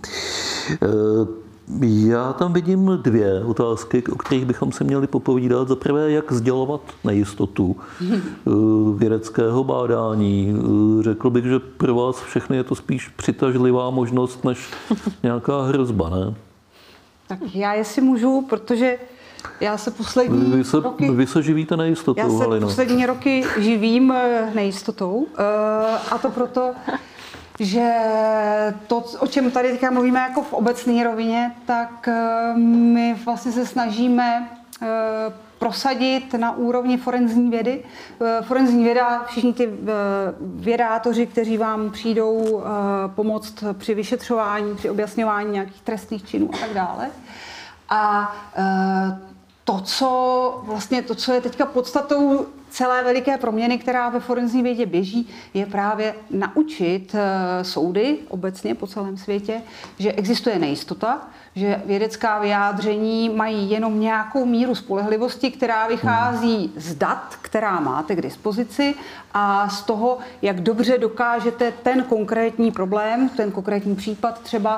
Já tam vidím dvě otázky, o kterých bychom se měli popovídat. Za prvé, jak sdělovat nejistotu vědeckého bádání. Řekl bych, že pro vás všechny je to spíš přitažlivá možnost, než nějaká hrozba, ne? Tak já jestli můžu, protože já se poslední vy se, roky... Vy se živíte nejistotou, Já se Halino. poslední roky živím nejistotou. A to proto, že to, o čem tady teďka mluvíme jako v obecné rovině, tak my vlastně se snažíme prosadit na úrovni forenzní vědy. Forenzní věda, všichni ty vědátoři, kteří vám přijdou pomoct při vyšetřování, při objasňování nějakých trestných činů a tak dále. A to, co vlastně to, co je teďka podstatou celé veliké proměny, která ve forenzní vědě běží, je právě naučit soudy obecně po celém světě, že existuje nejistota, že vědecká vyjádření mají jenom nějakou míru spolehlivosti, která vychází z dat, která máte k dispozici a z toho, jak dobře dokážete ten konkrétní problém, ten konkrétní případ třeba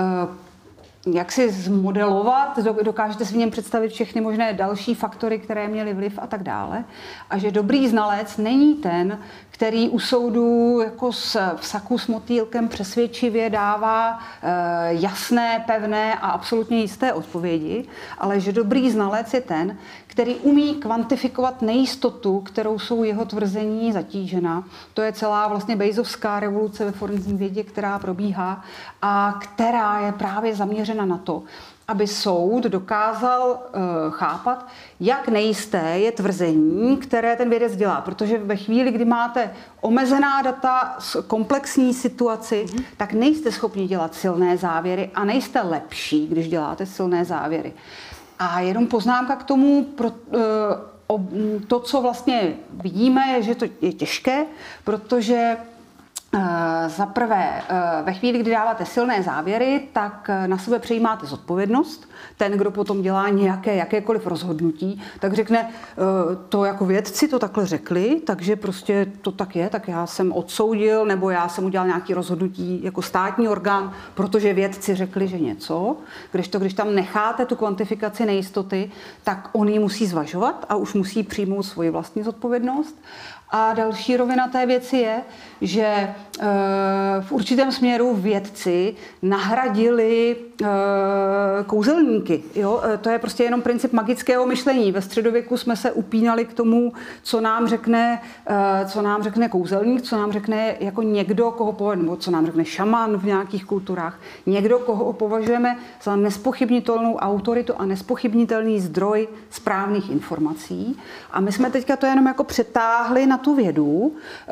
jak si zmodelovat, dokážete si v něm představit všechny možné další faktory, které měly vliv a tak dále. A že dobrý znalec není ten, který u soudu jako s, v saku s motýlkem přesvědčivě dává e, jasné, pevné a absolutně jisté odpovědi, ale že dobrý znalec je ten, který umí kvantifikovat nejistotu, kterou jsou jeho tvrzení zatížena. To je celá vlastně Bayesovská revoluce ve forenzní vědě, která probíhá a která je právě zaměřena na to, aby soud dokázal uh, chápat, jak nejisté je tvrzení, které ten vědec dělá. Protože ve chvíli, kdy máte omezená data, komplexní situaci, mm. tak nejste schopni dělat silné závěry a nejste lepší, když děláte silné závěry. A jenom poznámka k tomu, pro, uh, to, co vlastně vidíme, je, že to je těžké, protože za prvé, ve chvíli, kdy dáváte silné závěry, tak na sebe přejímáte zodpovědnost. Ten, kdo potom dělá nějaké, jakékoliv rozhodnutí, tak řekne, to jako vědci to takhle řekli, takže prostě to tak je, tak já jsem odsoudil, nebo já jsem udělal nějaké rozhodnutí jako státní orgán, protože vědci řekli, že něco. Kdežto, když tam necháte tu kvantifikaci nejistoty, tak on ji musí zvažovat a už musí přijmout svoji vlastní zodpovědnost. A další rovina té věci je, že v určitém směru vědci nahradili kouzelníky. Jo? To je prostě jenom princip magického myšlení. Ve středověku jsme se upínali k tomu, co nám řekne, co nám řekne kouzelník, co nám řekne jako někdo, koho považujeme, nebo co nám řekne šaman v nějakých kulturách. Někdo, koho považujeme za nespochybnitelnou autoritu a nespochybnitelný zdroj správných informací. A my jsme teďka to jenom jako přetáhli na tu vědu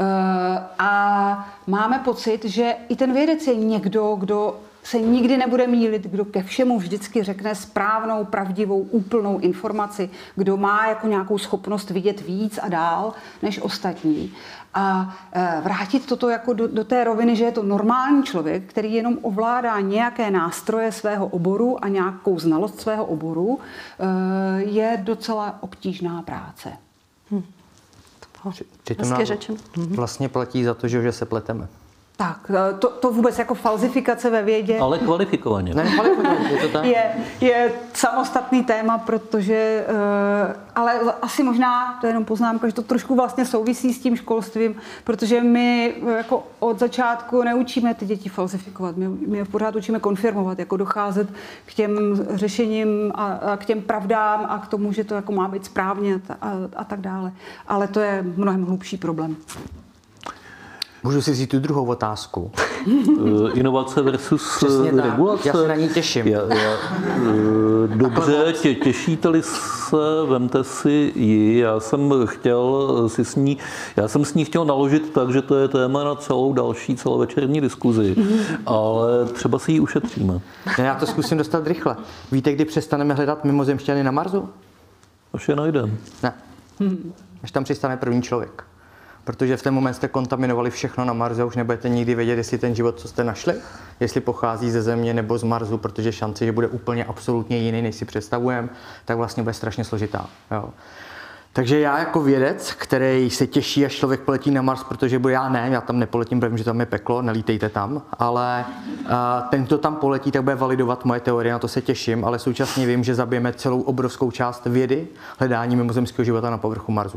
a máme pocit, že i ten vědec je někdo, kdo se nikdy nebude mýlit, kdo ke všemu vždycky řekne správnou, pravdivou, úplnou informaci, kdo má jako nějakou schopnost vidět víc a dál než ostatní. A vrátit toto jako do, do té roviny, že je to normální člověk, který jenom ovládá nějaké nástroje svého oboru a nějakou znalost svého oboru, je docela obtížná práce. Hm. Přitom nám vlastně platí za to, že se pleteme. Tak, to, to vůbec jako falzifikace ve vědě. Ale kvalifikovaně. Ne, kvalifikovaně, je to tak. Je, je samostatný téma, protože, ale asi možná, to je jenom poznámka, že to trošku vlastně souvisí s tím školstvím, protože my jako od začátku neučíme ty děti falzifikovat, my, my pořád učíme konfirmovat, jako docházet k těm řešením a, a k těm pravdám a k tomu, že to jako má být správně a, a, a tak dále. Ale to je mnohem hlubší problém. Můžu si vzít tu druhou otázku. Inovace versus regulace. Já se na ní těším. Já, já, dobře, tě, těšíte-li se, vemte si ji. Já jsem chtěl si s ní, já jsem s ní chtěl naložit tak, že to je téma na celou další celovečerní diskuzi, ale třeba si ji ušetříme. Já to zkusím dostat rychle. Víte, kdy přestaneme hledat mimozemšťany na Marsu? Až je najdeme. Ne. Až tam přistane první člověk. Protože v ten moment jste kontaminovali všechno na Marsu a už nebudete nikdy vědět, jestli ten život, co jste našli, jestli pochází ze Země nebo z Marsu, protože šance, že bude úplně absolutně jiný, než si představujeme, tak vlastně bude strašně složitá. Jo. Takže já jako vědec, který se těší, až člověk poletí na Mars, protože bo já ne, já tam nepoletím, protože tam je peklo, nelítejte tam, ale uh, ten, kdo tam poletí, tak bude validovat moje teorie, na to se těším, ale současně vím, že zabijeme celou obrovskou část vědy, hledání mimozemského života na povrchu Marsu.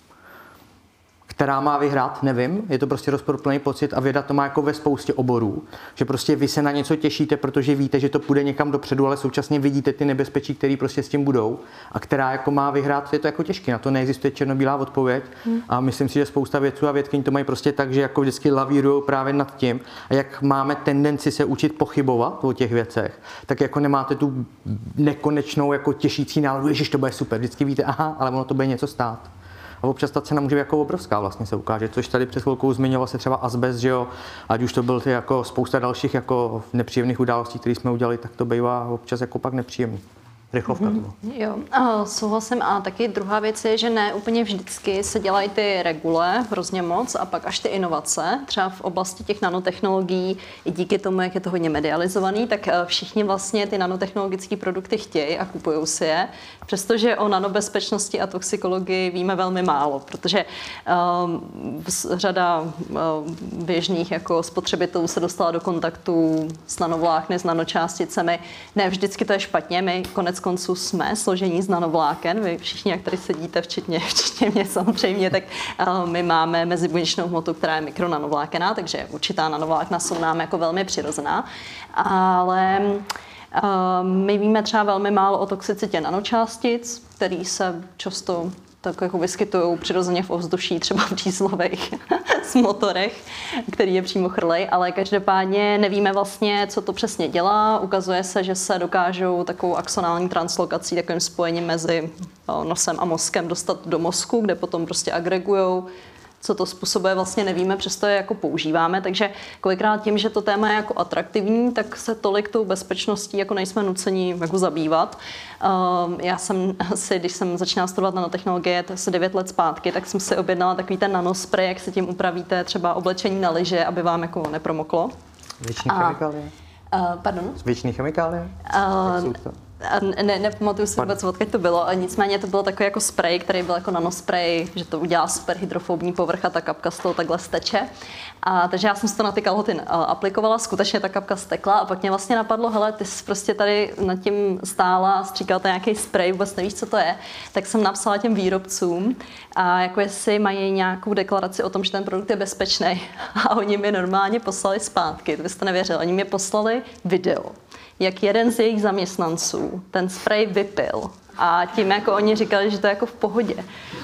Která má vyhrát, nevím, je to prostě rozporuplný pocit a věda to má jako ve spoustě oborů, že prostě vy se na něco těšíte, protože víte, že to půjde někam dopředu, ale současně vidíte ty nebezpečí, které prostě s tím budou a která jako má vyhrát, je to jako těžké, na to neexistuje černobílá odpověď hmm. a myslím si, že spousta vědců a vědkyň to mají prostě tak, že jako vždycky lavírujou právě nad tím a jak máme tendenci se učit pochybovat o těch věcech, tak jako nemáte tu nekonečnou jako těšící náladu, ježiš, to bude super, vždycky víte, aha, ale ono to bude něco stát. A občas ta cena může být jako obrovská, vlastně se ukáže, což tady před chvilkou zmiňoval se třeba azbest, že jo, ať už to byl ty jako spousta dalších jako nepříjemných událostí, které jsme udělali, tak to bývá občas jako pak nepříjemný. Rychlovka mm-hmm. Jo, a souhlasím. A taky druhá věc je, že ne úplně vždycky se dělají ty regule hrozně moc a pak až ty inovace. Třeba v oblasti těch nanotechnologií, i díky tomu, jak je to hodně medializovaný, tak všichni vlastně ty nanotechnologické produkty chtějí a kupují si je. Přestože o nanobezpečnosti a toxikologii víme velmi málo, protože um, řada um, běžných jako spotřebitelů se dostala do kontaktu s nanovlákny, s nanočásticemi. Ne vždycky to je špatně, my konec konců jsme složení z nanovláken. Vy všichni, jak tady sedíte, včetně, včetně mě samozřejmě, tak uh, my máme mezibuněčnou hmotu, která je mikronanovlákená, takže určitá nanovlákna jsou nám jako velmi přirozená. Ale uh, my víme třeba velmi málo o toxicitě nanočástic, který se často tak jako vyskytují přirozeně v ovzduší, třeba v dieselových s motorech, který je přímo chrlej, ale každopádně nevíme vlastně, co to přesně dělá. Ukazuje se, že se dokážou takovou axonální translokací, takovým spojením mezi nosem a mozkem dostat do mozku, kde potom prostě agregujou. Co to způsobuje, vlastně nevíme, přesto je jako používáme, takže kolikrát tím, že to téma je jako atraktivní, tak se tolik tou bezpečností jako nejsme nuceni jako zabývat. Um, já jsem si, když jsem začínala studovat nanotechnologie, tak se devět let zpátky, tak jsem si objednala takový ten nanospray, jak se tím upravíte třeba oblečení na lyže, aby vám jako nepromoklo. Věčný chemikálie? Uh, pardon? Věčný chemikálie? Uh, Ne, nepamatuju si vůbec, odkud to bylo, a nicméně to bylo takový jako spray, který byl jako nanospray, že to udělá super hydrofobní povrch a ta kapka z toho takhle steče. A takže já jsem si to na ty kalhoty aplikovala, skutečně ta kapka stekla a pak mě vlastně napadlo, hele, ty jsi prostě tady nad tím stála a stříkala to nějaký spray, vůbec nevíš, co to je. Tak jsem napsala těm výrobcům, a jako jestli mají nějakou deklaraci o tom, že ten produkt je bezpečný. A oni mi normálně poslali zpátky, to byste nevěřili, oni mi poslali video, jak jeden z jejich zaměstnanců ten spray vypil a tím jako oni říkali, že to je jako v pohodě.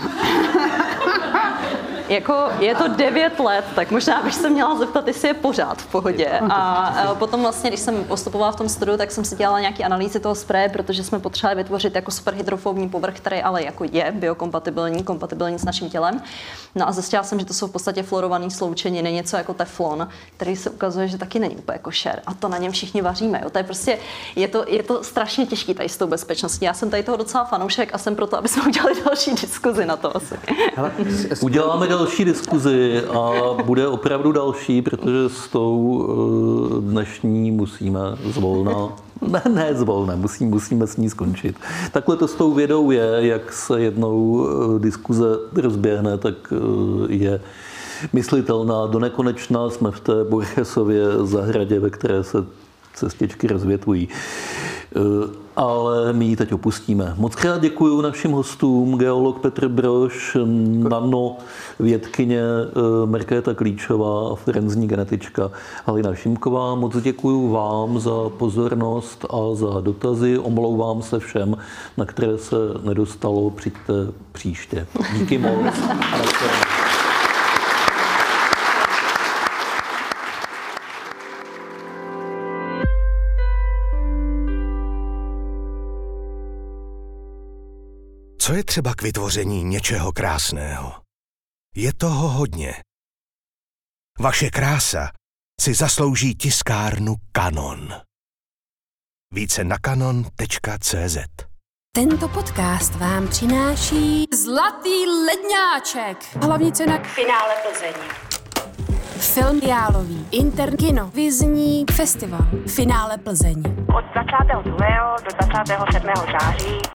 Jako je to devět let, tak možná bych se měla zeptat, jestli je pořád v pohodě. A potom vlastně, když jsem postupovala v tom studiu, tak jsem si dělala nějaké analýzy toho spreje, protože jsme potřebovali vytvořit jako superhydrofobní povrch, který ale jako je biokompatibilní, kompatibilní s naším tělem. No a zjistila jsem, že to jsou v podstatě fluorované sloučeniny, něco jako teflon, který se ukazuje, že taky není úplně košer. A to na něm všichni vaříme. Jo. To je prostě, je to, je to strašně těžký tady s tou bezpečností. Já jsem tady toho docela fanoušek a jsem proto, aby jsme udělali další diskuzi na to asi. Hele, uděláme další diskuzi a bude opravdu další, protože s tou dnešní musíme zvolna, ne, ne zvolna, musí, musíme s ní skončit. Takhle to s tou vědou je, jak se jednou diskuze rozběhne, tak je myslitelná do nekonečna. Jsme v té Borgesově zahradě, ve které se cestičky rozvětvují. Ale my ji teď opustíme. Moc krát děkuji našim hostům, geolog Petr Brož, nanovědkyně Markéta Klíčová a forenzní genetička Halina Šimková. Moc děkuji vám za pozornost a za dotazy. Omlouvám se všem, na které se nedostalo. Přijďte příště. Díky moc. Co je třeba k vytvoření něčeho krásného? Je toho hodně. Vaše krása si zaslouží tiskárnu Canon. Více na canon tečka cé zet. Tento podcast vám přináší Zlatý ledňáček. Hlavní cena Finále Plzeň. Film Jálový. Interkino. Vizní festival. Finále Plzeň. Od dvacátého druhého do dvacátého sedmého září